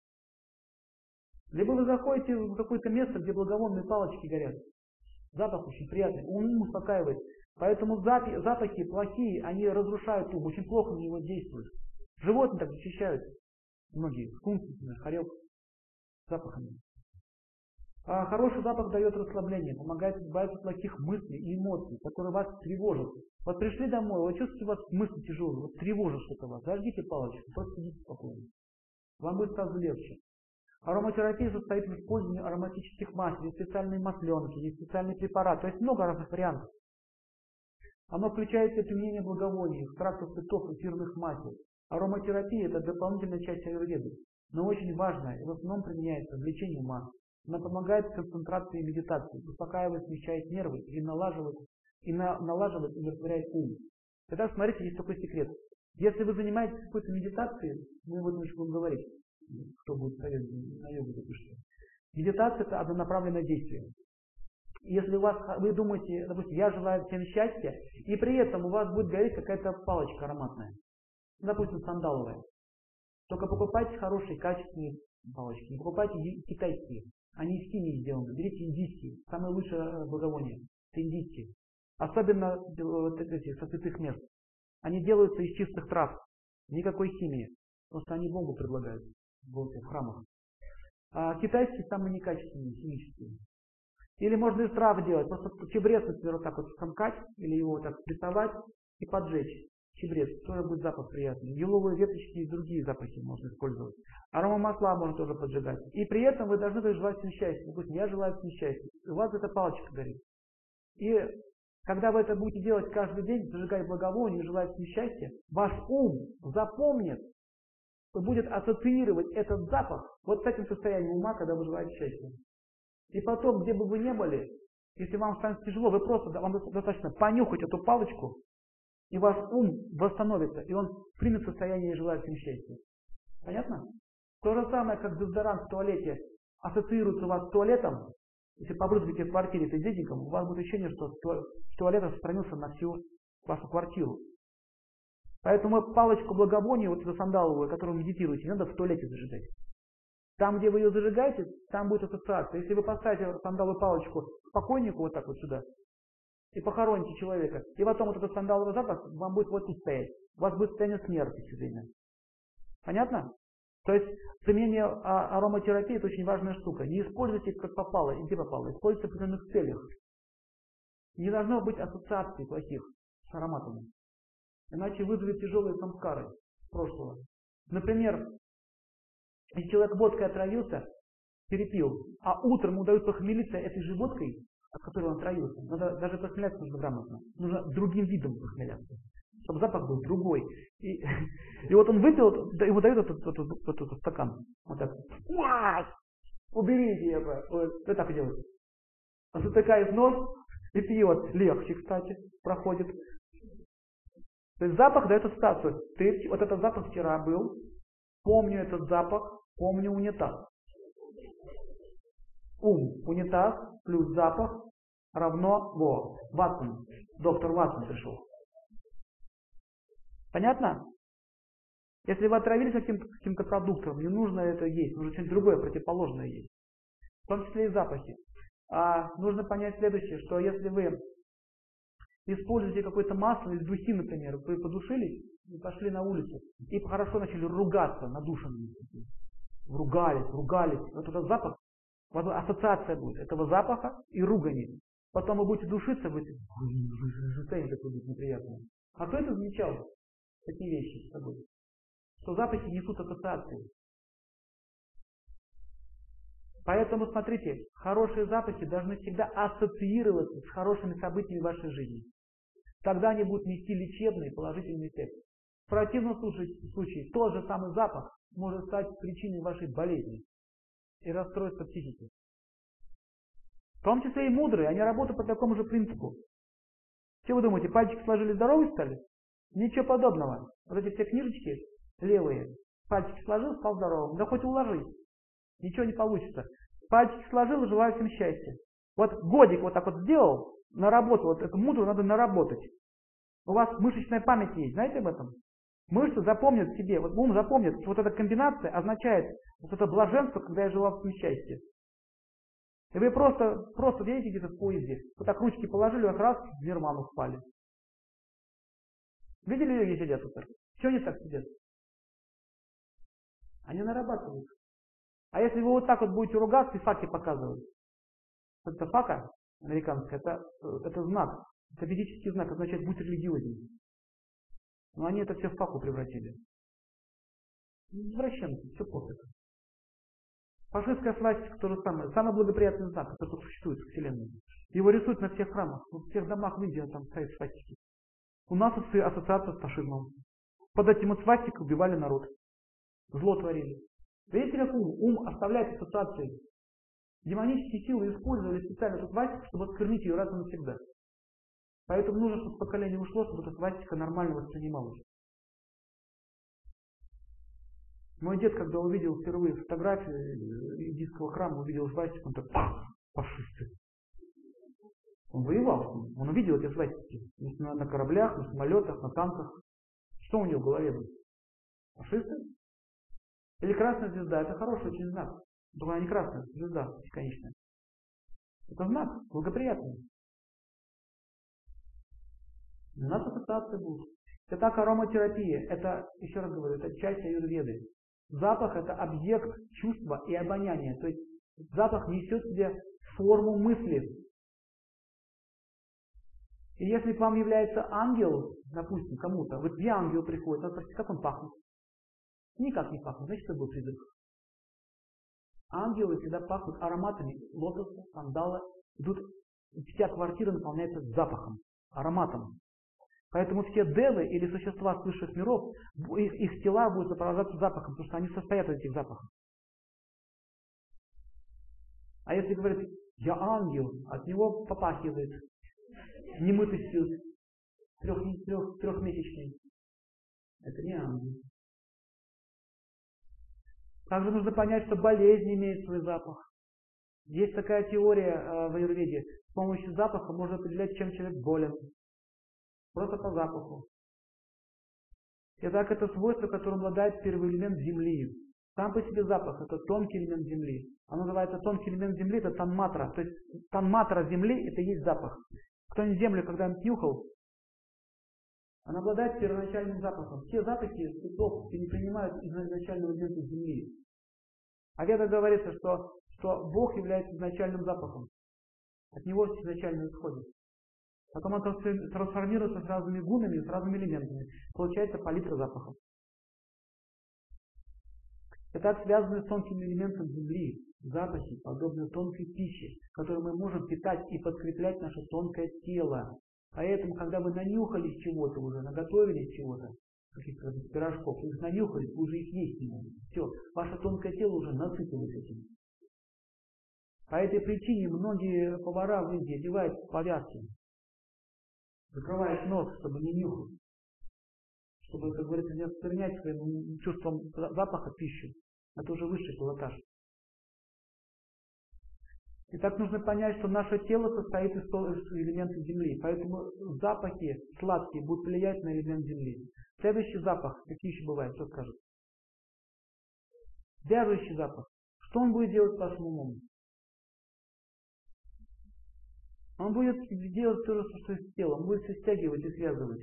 Либо вы заходите в какое-то место, где благовонные палочки горят. Запах очень приятный, ум успокаивает. Поэтому запахи, запахи плохие, они разрушают ум, очень плохо на него действуют. Животные так защищают. Многие, скунсы, например, хорек, запахами. А хороший запах дает расслабление, помогает избавиться от плохих мыслей и эмоций, которые вас тревожат. Вот пришли домой, вы чувствуете, у вас мысли тяжелые, вот тревожит что-то вас, зажгите палочку, просто сидите спокойно. Вам будет сразу легче. Ароматерапия состоит в использовании ароматических масел, есть специальные масленки, есть специальные препараты, то есть много разных вариантов. Оно включает в применение благовоний, экстрактов цветов, эфирных масел. Ароматерапия – это дополнительная часть аюрведы, но очень важная и в основном применяется в лечении ума. Она помогает концентрации и медитации, успокаивает, смещает нервы и налаживает, и на, налаживает и умиротворяет ум. Тогда смотрите, есть такой секрет. Если вы занимаетесь какой-то медитацией, мы об этом еще будем говорить, кто будет совет на йогу запишите. Медитация – это однонаправленное действие. Если у вас, вы думаете, допустим, я желаю всем счастья, и при этом у вас будет гореть какая-то палочка ароматная, допустим, сандаловая, только покупайте хорошие, качественные палочки, не покупайте китайские, они из химии сделаны, берите индийские, самые лучшие благовония, это индийские, особенно вот эти со святых мест, они делаются из чистых трав, никакой химии, потому что они Богу предлагают в храмах, а китайские самые некачественные, химические. Или можно из трав делать, просто чебрец, например, вот так вот скомкать, или его вот так прессовать и поджечь. Чебрец, тоже будет запах приятный. Еловые веточки и другие запахи можно использовать. Аромамасла можно тоже поджигать. И при этом вы должны желать всем счастья. Допустим, я желаю всем счастья. У вас эта палочка горит. И когда вы это будете делать каждый день, зажигать благовоние и желать всем счастья, ваш ум запомнит и будет ассоциировать этот запах вот с этим состоянием ума, когда вы желаете счастья. И потом, где бы вы ни были, если вам станет тяжело, вы просто, вам достаточно понюхать эту палочку, И ваш ум восстановится, и он примет состояние и желает всем счастья. Понятно? То же самое, как дезодорант в туалете ассоциируется у вас с туалетом. Если побрызгаете в квартире пиздетником, у вас будет ощущение, что туалет распространился на всю вашу квартиру. Поэтому палочку благовония, вот эту сандаловую, которую медитируете, надо в туалете зажигать. Там, где вы ее зажигаете, там будет ассоциация. Если вы поставите сандаловую палочку к покойнику вот так вот сюда, и похороните человека, и потом вот этот сандаловый запах вам будет вот тут стоять. У вас будет состояние смерти все время. Понятно? То есть применение ароматерапии — это очень важная штука. Не используйте как попало и где попало. Используйте в определенных целях. Не должно быть ассоциаций плохих с ароматами. Иначе вызовет тяжелые самскары прошлого. Например, если человек водкой отравился, перепил, а утром ему дают похмелиться этой же водкой, от которой он отравился. Надо, даже похмеляться нужно грамотно. Нужно другим видом похмеляться, чтобы запах был другой. И, и вот он выпил, ему дают этот, этот, этот, этот стакан. Вот так. Уберите его. Вот, вот так делает. Он затыкает нос и пьет. Легче, кстати, проходит. То есть запах дает ассоциацию. Ты, вот этот запах вчера был. Помню этот запах, помню унитаз. Ум, унитаз плюс запах равно во. Ватсон. Доктор Ватсон пришел. Понятно? Если вы отравились каким-то каким продуктом, не нужно это есть, нужно что-нибудь другое, противоположное есть. В том числе и запахи. А нужно понять следующее, что если вы используете какое-то масло или духи, например, вы подушились и пошли на улицу, и хорошо начали ругаться надушенными. Ругались, ругались. Вот этот запах, вот ассоциация будет этого запаха и ругани. Потом вы будете душиться, вы будете состояние такое будет неприятное. А кто это замечал? Такие вещи с собой. Что запахи несут ассоциации. Поэтому смотрите, хорошие запахи должны всегда ассоциироваться с хорошими событиями в вашей жизни. Тогда они будут нести лечебный положительный эффект. В противном случае, случае тот же самый запах может стать причиной вашей болезни и расстройства психики. В том числе и мудрые, они работают по такому же принципу. Что вы думаете, пальчики сложили, здоровые стали? Ничего подобного. Вот эти все книжечки левые, пальчики сложил, стал здоровым. Да хоть уложись. Ничего не получится. Пальчики сложил, желаю всем счастья. Вот годик вот так вот сделал, наработал. Вот эту мудрую надо наработать. У вас мышечная память есть, знаете об этом? Мышцы запомнят себе, вот ум запомнит, что вот эта комбинация означает вот это блаженство, когда я желал всем счастья. И вы просто, просто едете где-то в поезде, вот так ручки положили, у вас раз, в нирвану впали. Видели, люди сидят вот так? Чего они так сидят? Они нарабатывают. А если вы вот так вот будете ругаться и факи показывать, это фака американская, это, это знак, это ведический знак, означает будь религиознее. Но они это все в факу превратили. Извращенцы, все плохо. Фашистская свастика то же самое. Самый благоприятный знак, который существует в Вселенной. Его рисуют на всех храмах, во всех домах в Индии там стоят свастики. У нас ассоциация с фашизмом. Под этим вот свастикой убивали народ. Зло творили. Видите, как ум? Ум оставляет ассоциации. Демонические силы использовали специально эту свастику, чтобы осквернить ее раз и навсегда. Поэтому нужно, чтобы поколение ушло, чтобы эта свастика нормально воспринималась. Мой дед, когда увидел впервые фотографию индийского храма, увидел свастику, он так, фашисты. Он воевал, он увидел эти свастики. На, на кораблях, на самолетах, на танках. Что у него в голове было? Фашисты? Или красная звезда? Это хороший очень знак. Только она не красная, звезда бесконечная. Это знак благоприятный. У нас ассоциации будут. Итак, ароматерапия. Это, еще раз говорю, это часть аюрведы. Запах — это объект чувства и обоняния. То есть запах несет в себе форму мысли. И если к вам является ангел, допустим, кому-то, вот где ангел приходит, надо спросить, как он пахнет. Никак не пахнет, значит, это был призрак. Ангелы всегда пахнут ароматами лотоса, сандала. Идут, вся квартира наполняется запахом, ароматом. Поэтому все девы или существа с высших миров, их, их тела будут сопровождаться запахом, потому что они состоят из этих запахов. А если говорить, я ангел, от него попахивает немытостью, трех, трех, трехмесячный. Это не ангел. Также нужно понять, что болезнь имеет свой запах. Есть такая теория э, в аюрведе. С помощью запаха можно определять, чем человек болен. Просто по запаху. Итак, это свойство, которым обладает первый элемент Земли. Сам по себе запах – это тонкий элемент Земли. Он называется тонкий элемент Земли – это танматра. То есть танматра Земли – это и есть запах. Кто-нибудь Землю когда-нибудь нюхал? Она обладает первоначальным запахом. Все запахи цветов не принимают изначального элемента Земли. А где-то говорится, что, что Бог является изначальным запахом. От него изначально исходит. Потом он трансформируется с разными гунами, с разными элементами. Получается палитра запахов. Итак, связаны с тонким элементом Земли. Запахи, подобные тонкой пище, которую мы можем питать и подкреплять наше тонкое тело. Поэтому, когда вы нанюхались чего-то уже, наготовились чего-то, каких-то пирожков, вы их нанюхались, вы уже их есть не можете. Все, ваше тонкое тело уже насытилось этим. По этой причине многие повара в Индии одевают повязки. Закрываешь нос, чтобы не нюхать. Чтобы, как говорится, не осквернять своим чувством запаха пищи. Это уже высший пилотаж. Итак, нужно понять, что наше тело состоит из элементов Земли. Поэтому запахи сладкие будут влиять на элемент Земли. Следующий запах, какие еще бывают, кто скажет? Вяжущий запах. Что он будет делать с вашим умом? Он будет делать то же, что и с телом. Он будет все стягивать и связывать.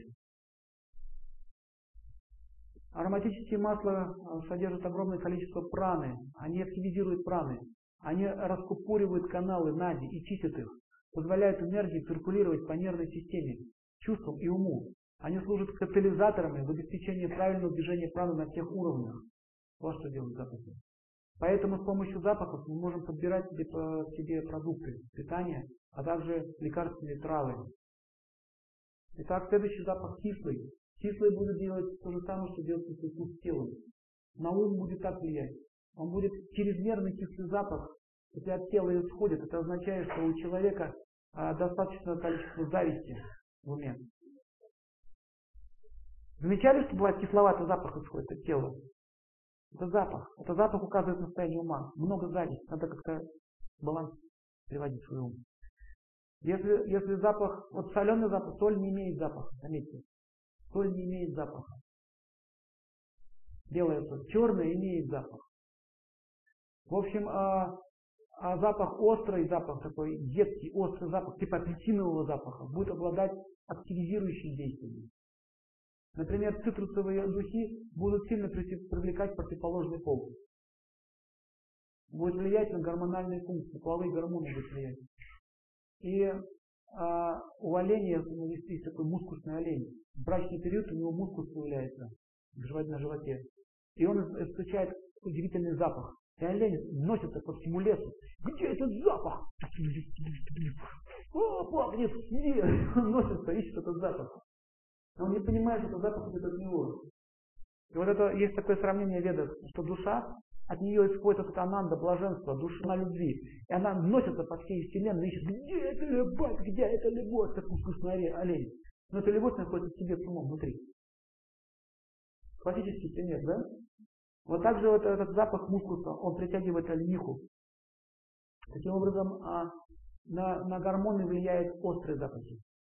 Ароматические масла содержат огромное количество праны. Они активизируют праны. Они раскупоривают каналы нади и чистят их. Позволяют энергии циркулировать по нервной системе, чувствам и уму. Они служат катализаторами в обеспечении правильного движения праны на всех уровнях. Вот что делают запахи. Поэтому с помощью запахов мы можем подбирать себе, по, себе продукты питания, а также лекарственные травы. Итак, следующий запах кислый. Кислый будет делать то же самое, что делает вкус с телом. На ум будет так влиять. Он будет чрезмерный кислый запах, если от тела исходит, это означает, что у человека а, достаточное количество зависти в уме. Замечали, что бывает кисловатый запах исходит от тела? Это запах. Это запах указывает на состояние ума. Много зависти. Надо как-то баланс приводить в свой ум. Если, если запах, вот соленый запах, соль не имеет запаха, заметьте. Соль не имеет запаха. Белая соль. Черная имеет запах. В общем, а, а запах острый, запах такой едкий, острый запах, типа апельсинового запаха, будет обладать активизирующим действием. Например, цитрусовые духи будут сильно привлекать противоположный пол. Будет влиять на гормональные функции, половые гормоны будут влиять. И а, у оленя, есть такой мускусный олень, в брачный период у него мускус появляется на животе. И он источает удивительный запах. И олень носится по всему лесу. Где этот запах? О, пахнет, где? Он носится, ищет этот запах. Но он не понимает, что запах идет от него. И вот это есть такое сравнение в ведах, что душа, от нее исходит вот это ананда, блаженство, душа на любви. И она носится по всей вселенной, ищет, где эта любовь, где эта любовь, как вкусный олень. Но эта любовь находится в себе с умом внутри. Классический пример, да? Вот так же вот этот запах мускуса, он притягивает олениху. Таким образом, а, на, на гормоны влияют острые запахи.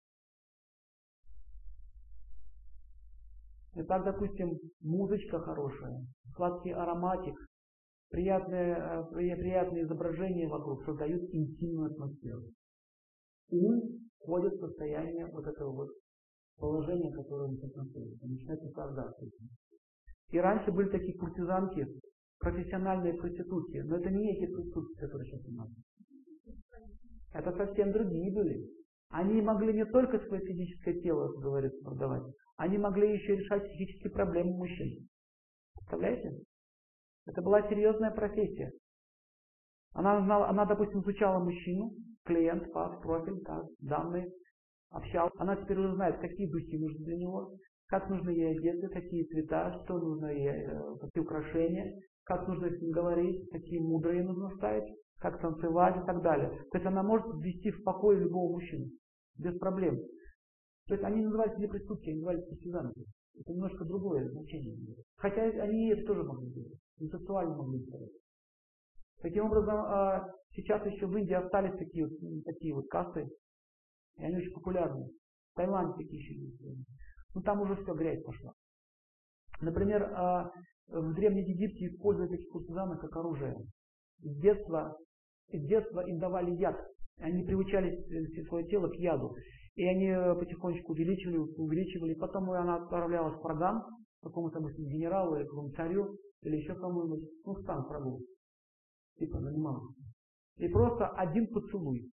Итак, допустим, музычка хорошая, сладкий ароматик, приятные, приятные изображения вокруг создают интимную атмосферу. Ум входит в состояние вот этого вот положения, которое он сейчас находится, начинает наслаждаться этим. И раньше были такие куртизанки, профессиональные проститутки, но это не эти проститутки, которые сейчас у нас. Это совсем другие были. Они могли не только свое физическое тело, как говорится, продавать, они могли еще решать психические проблемы мужчин. Представляете? Это была серьезная профессия. Она, знала, она допустим, изучала мужчину, клиент, факт, профиль, так, данные, общалась. Она теперь уже знает, какие духи нужны для него, как нужно ей одеться, какие цвета, что нужно ей, какие украшения, как нужно с ним говорить, какие мудрые нужно ставить, как танцевать и так далее. То есть она может ввести в покой любого мужчину. Без проблем. То есть они называли себе проститутки, они называли куртизанки. Это немножко другое значение. Хотя они это тоже могли делать. И сексуально могли делать. Таким образом, сейчас еще в Индии остались такие вот, такие вот касты. И они очень популярны. В Таиланде такие еще есть. Но там уже все, грязь пошла. Например, в Древнем Египте использовали таких куртизанок как оружие. С детства, с детства им давали яд. Они приучали свое тело к яду. И они потихонечку увеличивали, увеличивали. Потом она отправлялась в программ какому-то генералу или какому-то царю, или еще кому-нибудь, ну, в стан прогул. Типа нанималась. И просто один поцелуй.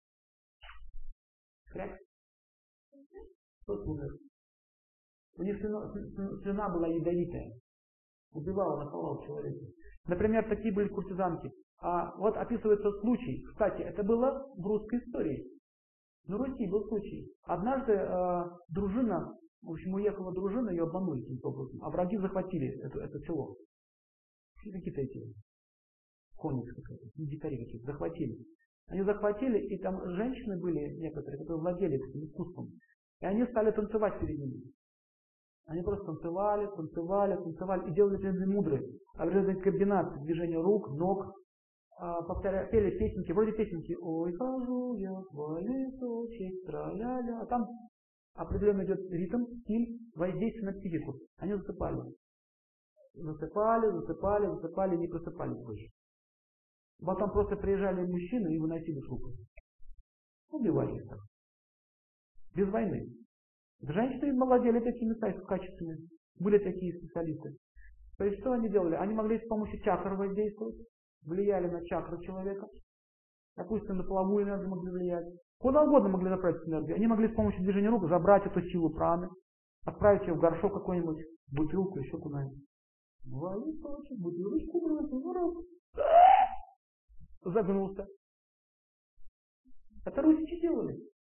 Хряк. Тот умер. У них слюна, слюна была ядовитая. Убивала, напала человека. Например, такие были куртизанки. А вот описывается случай. Кстати, это было в русской истории. На Руси был случай. Однажды э, дружина, в общем, уехала дружина, ее обманули каким-то образом. А враги захватили это, это село. Какие-то эти конницы, дикари какие-то, захватили. Они захватили, и там женщины были некоторые, которые владели этим искусством. И они стали танцевать перед ними. Они просто танцевали, танцевали, танцевали и делали определенные мудрые, определенные комбинации, движения рук, ног, повторяли, пели песенки, вроде песенки «Ой, хожу я в лесочек, тра-ля-ля». А там определенно идет ритм, стиль, воздействие на психику. Они засыпали. Засыпали, засыпали, засыпали, не просыпались больше. Потом просто приезжали мужчины и выносили трупы. Убивали их так. Без войны. Женщины владели такими качествами. Были такие специалисты. То есть что они делали? Они могли с помощью чакр воздействовать, влияли на чакры человека. Допустим, на половую энергию могли влиять. Куда угодно могли направить энергию. Они могли с помощью движения рук забрать эту силу праны, отправить ее в горшок какой-нибудь, бутылку, еще куда-нибудь. Бутылочку, загнулся. Это русичи делали.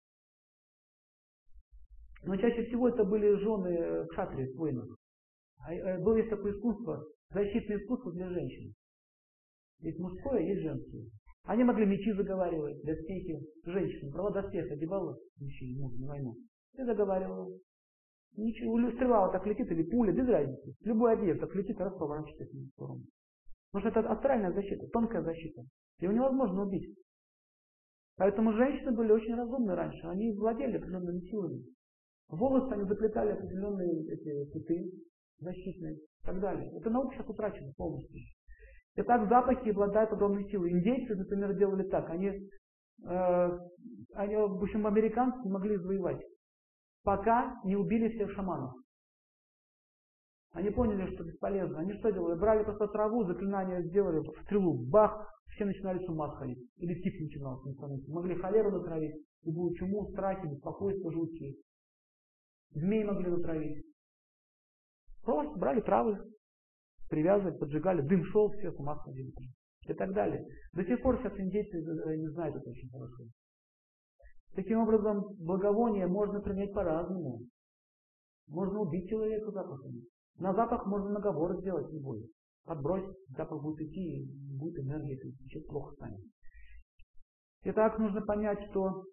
Но чаще всего это были жены кшатриев, воинов. Было есть такое искусство, защитное искусство для женщин. Есть мужское, есть женское. Они могли мечи заговаривать, доспехи. Женщина брала доспех, одевала мужчине, мужу на войну. И заговаривала. Ничего, стрела вот так летит или пуля, без разницы. Любой объект так летит, раз поворачивается в сторону. Потому что это астральная защита, тонкая защита. Его невозможно убить. Поэтому женщины были очень разумны раньше. Они владели определенными силами. В волосы они заплетали определенные эти цветы защитные и так далее. Эта наука сейчас утрачена полностью. Итак, запахи обладают подобной силой. Индейцы, например, делали так. Они, э, они в общем, американцы не могли завоевать, пока не убили всех шаманов. Они поняли, что бесполезно. Они что делали? Брали просто траву, заклинание сделали, стрелу, бах, все начинали с ума сходить. Или тип начинался. Могли холеру натравить, любую чуму, страхи, беспокойство жуткие. Змей могли натравить. Просто брали травы, привязывали, поджигали, дым шел, все с ума сходили. И так далее. До сих пор сейчас индейцы не знают это очень хорошо. Таким образом, благовоние можно принять по-разному. Можно убить человека запахом. На запах можно наговор сделать, не будет. Подбросить, запах будет идти, и будет энергия, и сейчас плохо станет. Итак, нужно понять, что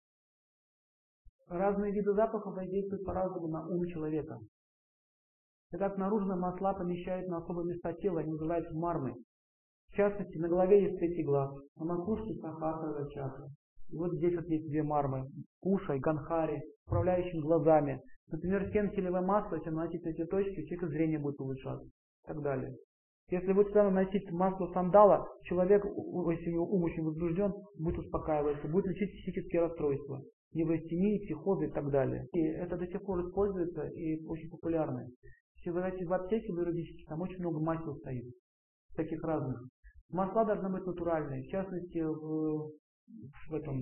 разные виды запахов воздействуют по-разному на ум человека. Итак, наружные масла помещают на особые места тела, они называются мармы. В частности, на голове есть третий глаз, на макушке сахасрара чакра. И вот здесь вот есть две мармы, Куша и Ганхари, управляющими глазами. Например, фенхелевое масло, если наносить на эти точки, у человека зрение будет улучшаться и так далее. Если вы сюда наносить масло сандала, человек, если его ум очень возбужден, будет успокаиваться, будет лечить психические расстройства, неврастении, психозы и так далее. И это до сих пор используется и очень популярно. Если вы зайдете в аптеке, вы юридически, там очень много масел стоит, таких разных. Масла должны быть натуральные, в частности, в, в этом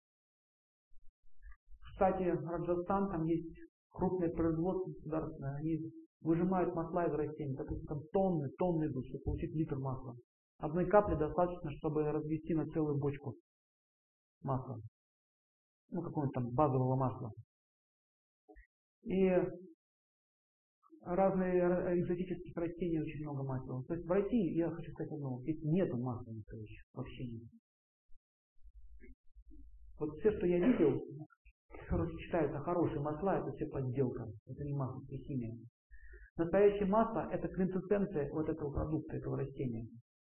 в штате Раджастан, там есть крупное производство государственное, они выжимают масла из растений, допустим, там тонны, тонны идут, чтобы получить литр масла. Одной капли достаточно, чтобы развести на целую бочку масла. Ну, какого-нибудь там базового масла. И разные экзотических растений очень много масла. То есть в России, я хочу сказать одно, здесь нету масла настоящего, вообще нет. Вот все, что я видел, еще раз считаются хорошие масла, это все подделка. Это не масло, это химия. Настоящее масло – это квинтэссенция вот этого продукта, этого растения.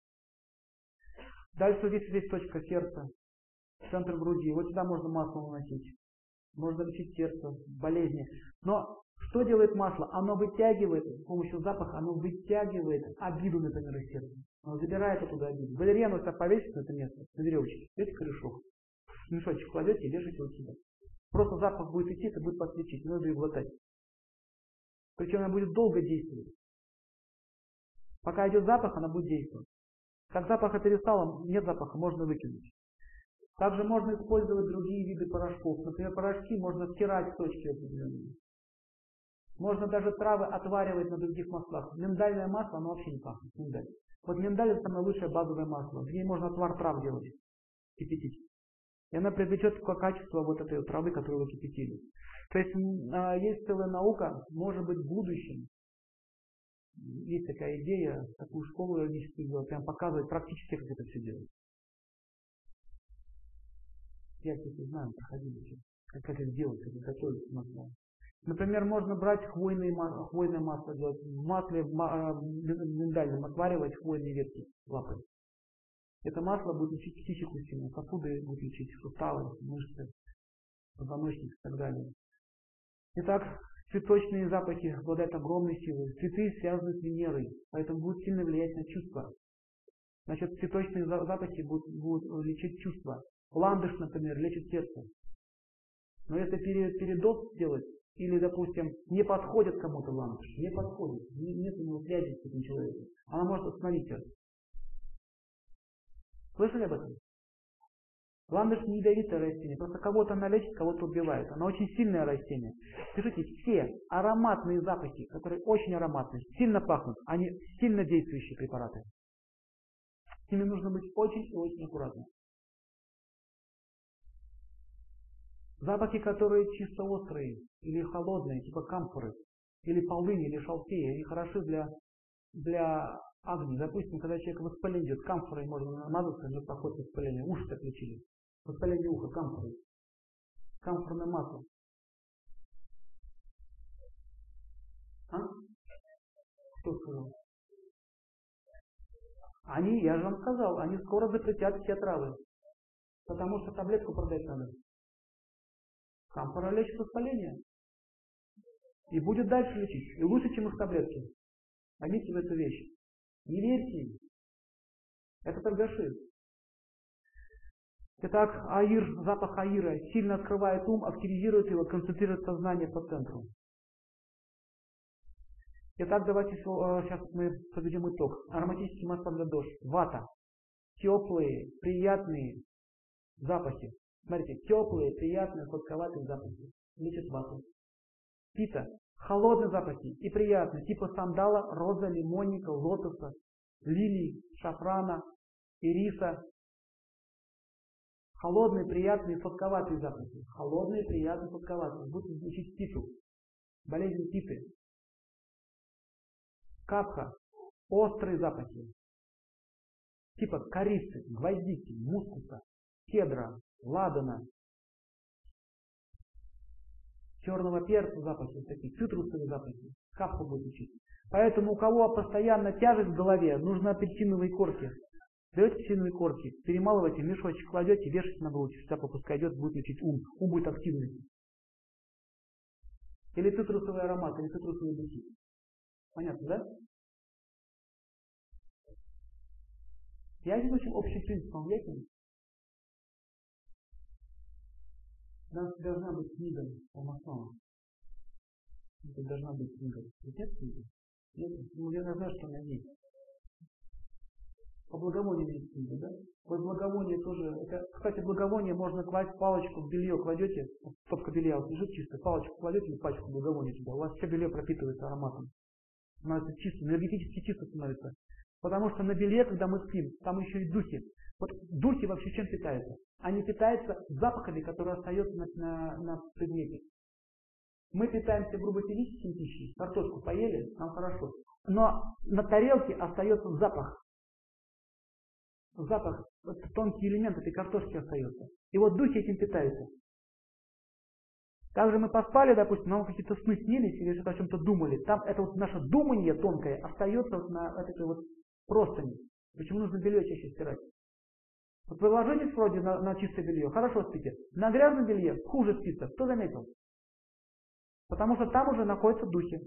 Дальше здесь есть точка сердца, центр груди. Вот сюда можно масло наносить. Можно лечить сердце, болезни. Но что делает масло? Оно вытягивает, с помощью запаха, оно вытягивает обиду, например, из сердца. Оно забирает оттуда обиду. Валерьяну это повесить на это место, на веревочке. Берете корешок, мешочек кладете и вешаете вот сюда. Просто запах будет идти, это будет вас лечить, не надо ее глотать. Причем она будет долго действовать. Пока идет запах, она будет действовать. Как запаха перестала, нет запаха, можно выкинуть. Также можно использовать другие виды порошков. Например, порошки можно стирать в точке определенные. Можно даже травы отваривать на других маслах. Миндальное масло, оно вообще не пахнет. Миндаль. Вот миндаль это самое лучшее базовое масло. В ней можно отвар трав делать, кипятить. И она привлечет качество вот этой травы, которую вы кипятили. То есть есть целая наука, может быть в будущем. Есть такая идея, такую школу йогическую сделать, прям показывать практически, как это все делать. Я это знаю, проходили все. Как, как их делать, как их готовить масло. Например, можно брать хвойные, хвойное масло делать. В масле миндальном отваривать хвойные ветки лапы. Это масло будет лечить психику сильно, сосуды будет лечить, суставы, мышцы, позвоночник и так далее. Итак, цветочные запахи обладают огромной силой. Цветы связаны с Венерой, поэтому будут сильно влиять на чувства. Значит, цветочные запахи будут, будут лечить чувства. Ландыш, например, лечит сердце. Но если передоз сделать, или, допустим, не подходит кому-то ландыш, не подходит, нет у него связи с этим человеком, она может остановить сердце. Слышали об этом? Ландыш не ядовитое растение, просто кого-то она лечит, кого-то убивает. Она очень сильное растение. Скажите, все ароматные запахи, которые очень ароматные, сильно пахнут, они сильно действующие препараты. С ними нужно быть очень и очень аккуратным. Запахи, которые чисто острые или холодные, типа камфоры, или полыни, или шалфея, они хороши для, для агни. Допустим, когда человек воспаление идет, камфорой можно намазаться, не проходит воспаление. Уши так лечили. Воспаление уха, камфорой. Камфорное масло. А? Кто сказал? Они, я же вам сказал, они скоро запретят все травы. Потому что таблетку продать надо. Камфора лечит воспаление. И будет дальше лечить. И лучше, чем их таблетки. Поймите в эту вещь. Не верьте им. Это торгаши. Итак, аир, запах аира сильно открывает ум, активизирует его, концентрирует сознание по центру. Итак, давайте сейчас мы подведем итог. Ароматические масла для душ. Вата. Теплые, приятные запахи. Смотрите, теплые, приятные, сладковатые запахи. Лечат вату. Пита. Холодные запахи и приятные, типа сандала, роза, лимонника, лотоса, лилий, шафрана, ириса. Холодные, приятные, сладковатые запахи. Холодные, приятные, сладковатые. Будут лечить питу. Болезнь питы. Капха. Острые запахи. Типа корицы, гвоздики, мускуса, кедра, ладана. Черного перца запахи, такие цитрусовые запахи. Капху будет лечить. Поэтому у кого постоянно тяжесть в голове, нужны апельсиновые корки. Берете апельсиновые корки, перемалываете, в мешочек кладете, вешаете на грудь. Вся пускай идет, будет лечить ум. Ум будет активный. Или цитрусовый аромат, или цитрусовые духи. Понятно, да? Я здесь очень общий принцип вам ясен. У нас должна быть книга по маслам. Это должна быть книга. Нет книги? Нет? Ну, я знаю, что она есть. По благовонию есть книга, да? Вот благовоние тоже. Это, кстати, благовоние можно класть палочку в белье, кладете, стопка белья вот лежит чисто, палочку кладете и пачку благовония туда. У вас все белье пропитывается ароматом. Становится чисто, энергетически чисто становится. Потому что на белье, когда мы спим, там еще и духи. Вот духи вообще чем питаются? Они питаются запахами, которые остаются на, на, на предмете. Мы питаемся грубо физической пищей, картошку поели, нам хорошо. Но на тарелке остается запах. Запах, вот тонкий элемент этой картошки остается. И вот духи этим питаются. Также мы поспали, допустим, нам какие-то сны снились или что-то о чем-то думали. Там это вот наше думание тонкое остается вот на этой вот простыни. Почему нужно белье чаще стирать? Вот вы ложитесь вроде на, на чистое белье, хорошо спите. На грязном белье хуже спится. Кто заметил? Потому что там уже находятся духи.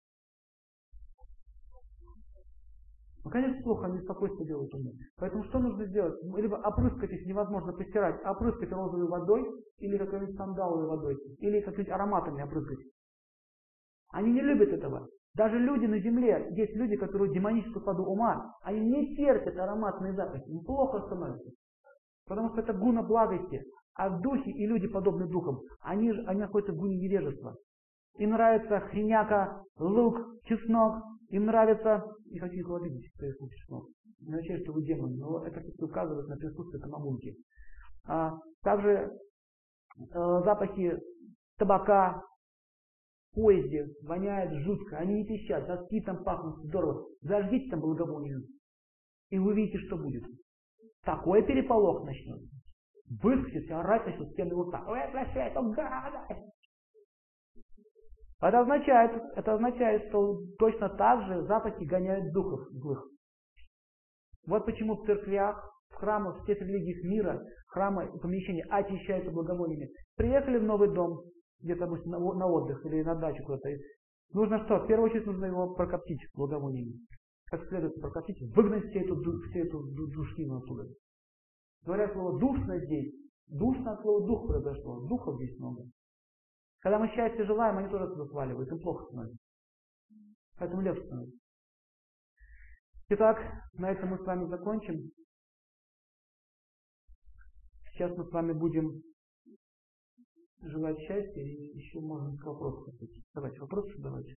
Ну, конечно, плохо, они спокойствие делают у меня. Поэтому что нужно сделать? Либо опрыскать, если невозможно постирать, опрыскать розовой водой, или какой-нибудь сандаловой водой, или какими-нибудь ароматами опрыскать. Они не любят этого. Даже люди на земле, есть люди, которые демонического склада ума, они не терпят ароматные запахи, им плохо становится. Потому что это гуна благости. А духи и люди, подобные духам, они, они находятся в гуне невежества. Им нравится хреняка, лук, чеснок. Им нравится, не хочу их обидеть, что я слышу чеснок. Не означает, что вы демон, но это все указывает на присутствие камабунки. А, также э, запахи табака в поезде воняют жутко. Они не пищат, носки там пахнут здорово. Зажгите там благовоние, и вы увидите, что будет. Такой переполох начнется. Выскочите, орать начнут, стены вот так. Ой, прощай, это гадость. Это означает, это означает, что точно так же запахи гоняют духов злых. Вот почему в церквях, в храмах, в тех религиях мира, храмы и помещения очищаются благовониями. Приехали в новый дом, где-то на, на отдых или на дачу куда-то. Нужно что? В первую очередь нужно его прокоптить благовониями. Как следует прокоптить, выгнать всю эту, всю эту душнину оттуда. Говоря слово душно здесь, душно от слова дух произошло. Духов здесь много. Когда мы счастья желаем, они тоже туда сваливают, им плохо становится. Поэтому легче становится. Итак, на этом мы с вами закончим. Сейчас мы с вами будем желать счастья и еще можно к вопросу. Давайте вопросы задавайте.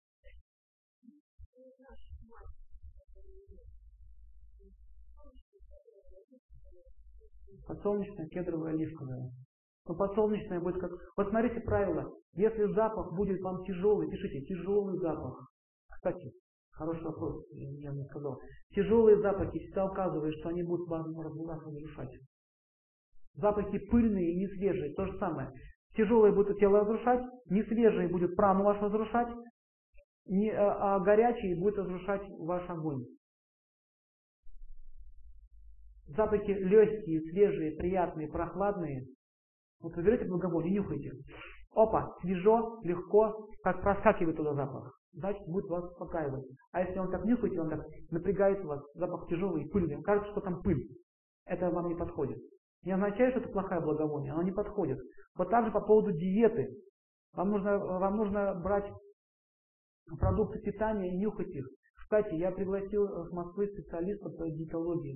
Подсолнечное, кедровое, оливковое. Но подсолнечное будет как... Вот смотрите правило. Если запах будет вам тяжелый, пишите тяжелый запах. Кстати, хороший вопрос, я не сказал. Тяжелые запахи всегда указывают, что они будут вас разрушать. Запахи пыльные и не свежие, то же самое. Тяжелые будут тело разрушать, не свежие будет прану ваш разрушать, не, а, а горячие будут разрушать ваш огонь. Запахи легкие, свежие, приятные, прохладные. Вот вы берете благовоние, нюхайте. Опа, свежо, легко, как проскакивает туда запах. Значит, будет вас успокаивать. А если он так нюхаете, он так напрягает вас, запах тяжелый и пыльный. Вам кажется, что там пыль. Это вам не подходит. Не означает, что это плохое благовоние, оно не подходит. Вот так же по поводу диеты. Вам нужно, вам нужно брать продукты питания и нюхать их. Кстати, я пригласил с Москвы специалиста по диетологии.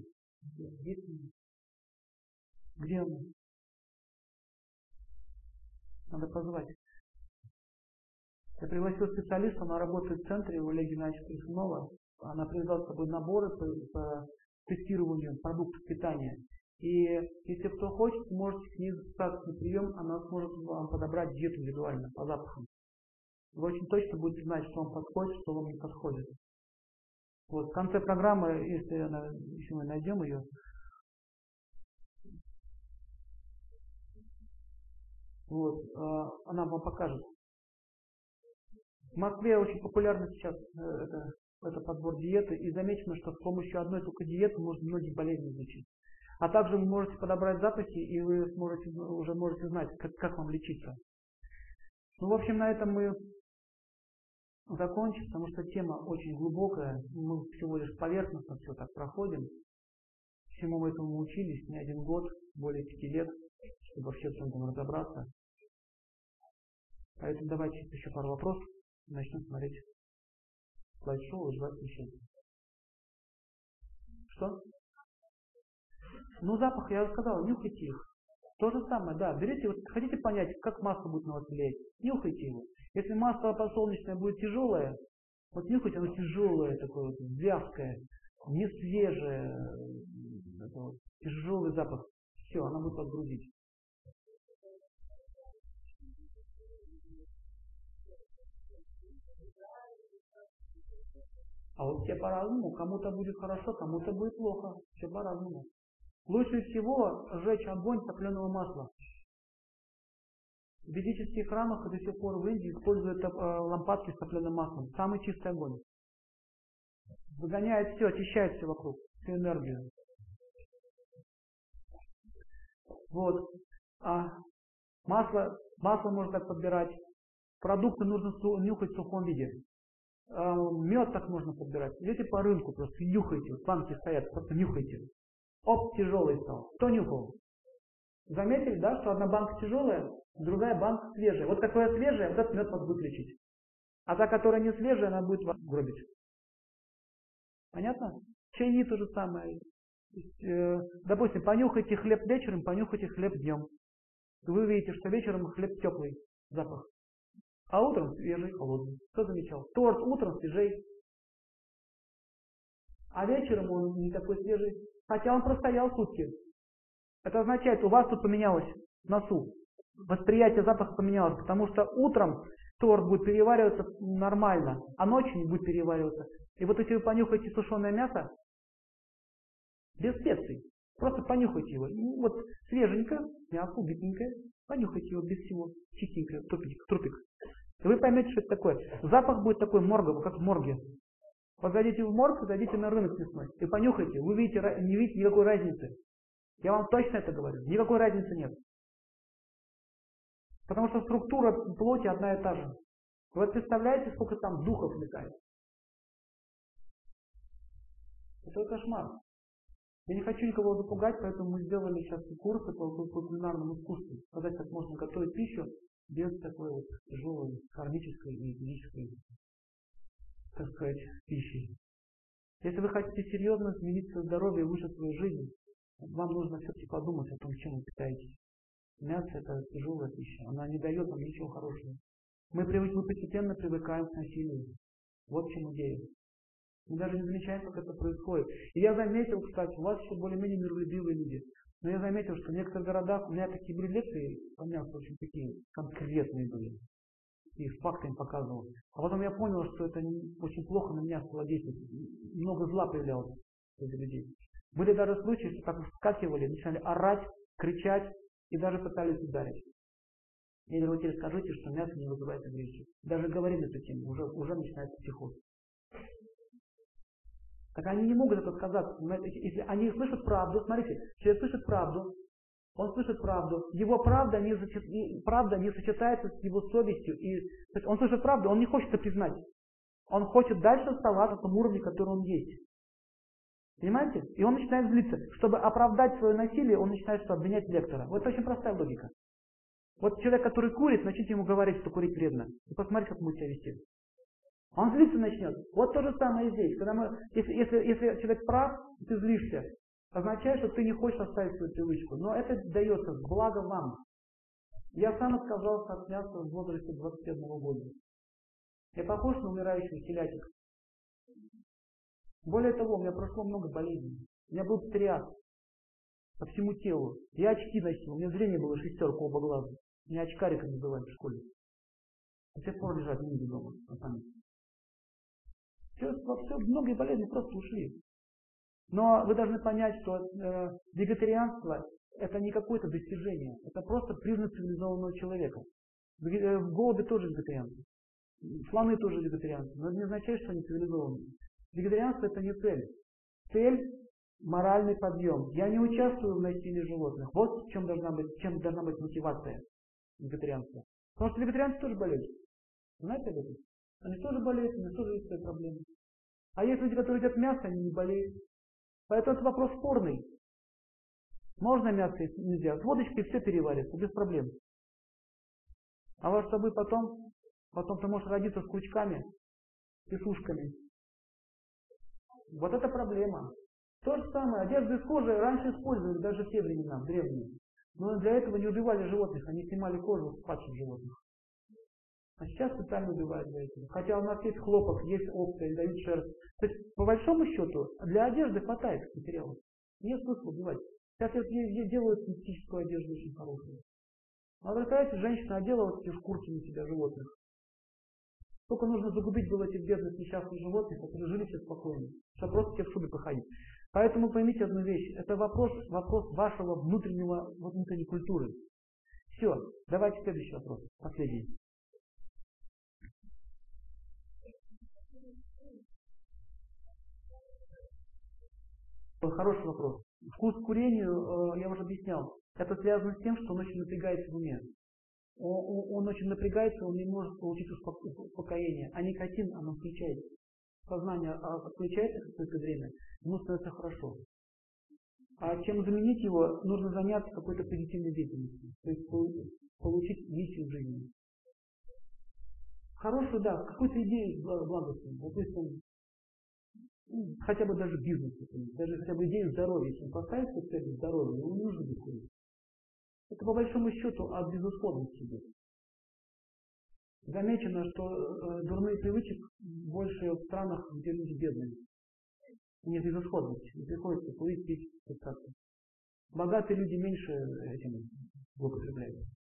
Где он? Надо позвать. Я пригласил специалиста, она работает в центре у Олега Геннадьевича Трифунова. Она привезла с собой наборы по, по тестированию продуктов питания. И если кто хочет, можете к ней записаться на прием, она сможет вам подобрать диету индивидуально по запахам. Вы очень точно будете знать, что вам подходит, что вам не подходит. Вот в конце программы, если, она, если мы найдем ее, вот, она вам покажет. В Москве очень популярно сейчас это, это подбор диеты, и замечено, что с помощью одной только диеты можно многие болезни излечить. А также вы можете подобрать запахи, и вы сможете, уже можете знать, как, как вам лечиться. Ну, в общем, на этом мы закончим, потому что тема очень глубокая. Мы всего лишь поверхностно все так проходим. Всему этому мы учились не один год, более пяти лет, чтобы вообще в чем-то разобраться. Поэтому давайте еще пару вопросов. Начнем смотреть слайд-шоу и ждать вещей. Что? Ну, запах, я сказал, нюхайте их. То же самое, да. Берите, вот хотите понять, как масло будет на вас влиять, нюхайте его. Если масло подсолнечное будет тяжелое, вот нюхайте, оно тяжелое, такое вот, вязкое, не свежее, это вот, тяжелый запах. Все, оно будет вас грузить. А вот все по-разному, кому-то будет хорошо, кому-то будет плохо, все по-разному. Лучше всего сжечь огонь топленого масла. В ведических храмах до сих пор в Индии используют э, лампадки с топленым маслом. Самый чистый огонь. Выгоняет все, очищает все вокруг, всю энергию. Вот. А масло, масло можно так подбирать. Продукты нужно су нюхать в сухом виде. А, мед так можно подбирать. Идете по рынку, просто нюхайте. Вот банки стоят, просто нюхайте. Оп, тяжелый стал. Кто нюхал? Заметили, да, что одна банка тяжелая, другая банка свежая. Вот такое свежее, вот этот мед надо выключить. А та, которая не свежая, она будет вас гробить. Понятно? Чайни то же самое. То есть, э, допустим, понюхайте хлеб вечером, понюхайте хлеб днем. Вы увидите, что вечером хлеб теплый, запах. А утром свежий, холодный. Кто замечал? Торт утром свежий, а вечером он не такой свежий. Хотя он простоял сутки. Это означает, у вас тут поменялось в носу. Восприятие запаха поменялось, потому что утром торт будет перевариваться нормально, а ночью не будет перевариваться. И вот если вы понюхаете сушеное мясо, без специй, просто понюхайте его. Ну, вот свеженько, мясо, убитенькое, понюхайте его без всего, чистенькое, трупик, трупик. И вы поймете, что это такое. Запах будет такой морговый, как в морге. Вот зайдите в морг, зайдите на рынок мясной и понюхайте, вы видите, не видите никакой разницы. Я вам точно это говорю. Никакой разницы нет. Потому что структура плоти одна и та же. Вы представляете, сколько там духов летает? Это кошмар. Я не хочу никого запугать, поэтому мы сделали сейчас курсы по, по кулинарному искусству. Сказать, как можно готовить пищу без такой вот тяжелой кармической и физической, так сказать, пищи. Если вы хотите серьезно изменить свое здоровье и улучшить свою жизнь, вам нужно все-таки подумать о том, чем вы питаетесь. Мясо – это тяжелая пища, она не дает нам ничего хорошего. Мы, привык, мы постепенно привыкаем к насилию. Вот в чем идея. Мы даже не замечаем, как это происходит. И я заметил, кстати, у вас еще более-менее миролюбивые люди. Но я заметил, что в некоторых городах у меня такие были лекции, по мясу очень такие конкретные были. И с фактами показывал. А потом я понял, что это очень плохо на меня стало действовать. Много зла появлялось среди людей. Были даже случаи, что так вскакивали, начинали орать, кричать и даже пытались ударить. Я говорю, теперь скажите, что мясо не вызывает агрессию. Даже говорили эту тему, уже, уже начинается психоз. Так они не могут это сказать. Если они слышат правду, смотрите, человек слышит правду, он слышит правду, его правда не, правда не сочетается с его совестью. И, то есть он слышит правду, он не хочет это признать. Он хочет дальше оставаться на том уровне, который он есть. Понимаете? И он начинает злиться. Чтобы оправдать свое насилие, он начинает что, обвинять лектора. Вот очень простая логика. Вот человек, который курит, начните ему говорить, что курить вредно. И посмотрите, как он будет себя вести. Он злиться начнет. Вот то же самое и здесь. Когда мы, если, если, если человек прав, ты злишься, означает, что ты не хочешь оставить свою привычку. Но это дается в благо вам. Я сам отказался от мяса в возрасте двадцати одного года. Я похож на умирающего телятик. Более того, у меня прошло много болезней. У меня был псориаз по всему телу. Я очки носил, у меня зрение было шестерка оба глаза. Меня очкариком называли в школе. До сих пор лежат книги дома на память. Все, все, многие болезни просто ушли. Но вы должны понять, что э, вегетарианство это не какое-то достижение. Это просто признак цивилизованного человека. В голуби тоже вегетарианцы. Слоны тоже вегетарианцы. Но это не означает, что они цивилизованные. Вегетарианство это не цель. Цель – моральный подъем. Я не участвую в насилии животных. Вот в чем должна быть, чем должна быть мотивация вегетарианства. Потому что вегетарианцы тоже болеют. Знаете об этом? Они тоже болеют, у них тоже есть свои проблемы. А есть люди, которые едят мясо, они не болеют. Поэтому это вопрос спорный. Можно мясо есть, нельзя. С водочкой все переварится, без проблем. А вот чтобы потом, потом ты можешь родиться с крючками и с ушками. Вот это проблема. То же самое, одежда из кожи раньше использовали, даже в те времена, в древние. Но для этого не убивали животных, они снимали кожу с падших животных. А сейчас специально убивают для этого. Хотя у нас есть хлопок, есть опция, дают шерсть. То есть, по большому счету, для одежды хватает материалов. Нет смысла убивать. Сейчас делают синтетическую одежду очень хорошую. А вы представляете, женщина одела вот эти шкурки на себя животных. Только нужно загубить было этих бедных несчастных животных, которые жили все спокойно, чтобы просто те в шубе походить. Поэтому поймите одну вещь. Это вопрос, вопрос вашего внутреннего, внутренней культуры. Все. Давайте следующий вопрос, последний. Хороший вопрос. Вкус к курению, я уже объяснял, это связано с тем, что он очень напрягается в уме. Он, он очень напрягается, он не может получить успокоение. А никотин, оно включается. Сознание отключается в какое-то время, ему становится хорошо. А чем заменить его, нужно заняться какой-то позитивной деятельностью. То есть получить миссию в жизни. Хорошую, да, какую-то идею благостную. Допустим, хотя бы даже бизнес, даже хотя бы идею здоровья. Если он поставит себе цель здоровья, ему не нужно будет курить. Это по большому счету от безысходности идет. Замечено, что э, дурные привычек больше в странах, где люди бедные. У них безысходность, не приходится курить, пить, как-то. Богатые люди меньше этим злоупотребляют.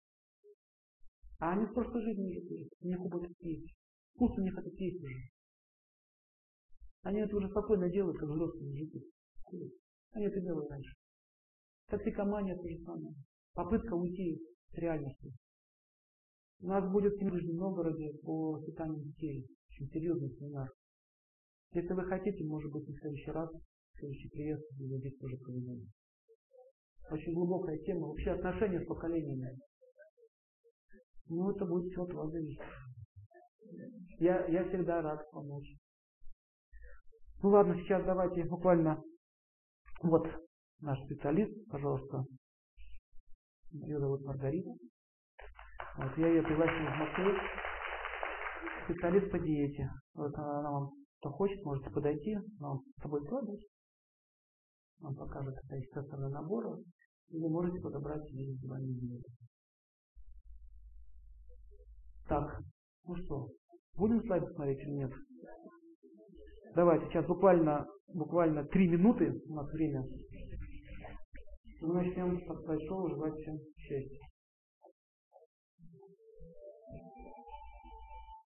А они в прошлой жизни у них опыт есть. Вкус у них это есть уже. Они это уже спокойно делают, как взрослые мужики. Они это делают раньше. Токсикомания то же самое. Попытка уйти с реальности. У нас будет в Нижнем Новгороде по питанию детей. Очень серьезный семинар. Если вы хотите, может быть, в следующий раз, в следующий приезд, вы здесь тоже проведем. Очень глубокая тема. Вообще отношения с поколениями. Ну, это будет все от вас зависеть. Я, я всегда рад помочь. Ну ладно, сейчас давайте буквально. Вот наш специалист, пожалуйста. Ее зовут Маргарита. Вот, я ее пригласил в Москву. Специалист по диете. Вот она вам, кто хочет, можете подойти. Она вам с собой кладет. Вам покажет, какая есть тестовый набор. И вы можете подобрать себе индивидуальную диету. Так, ну что, будем слайды смотреть или нет? Давайте, сейчас буквально, буквально три минуты у нас время. Мы начнем с шоу. Желаю всем счастья.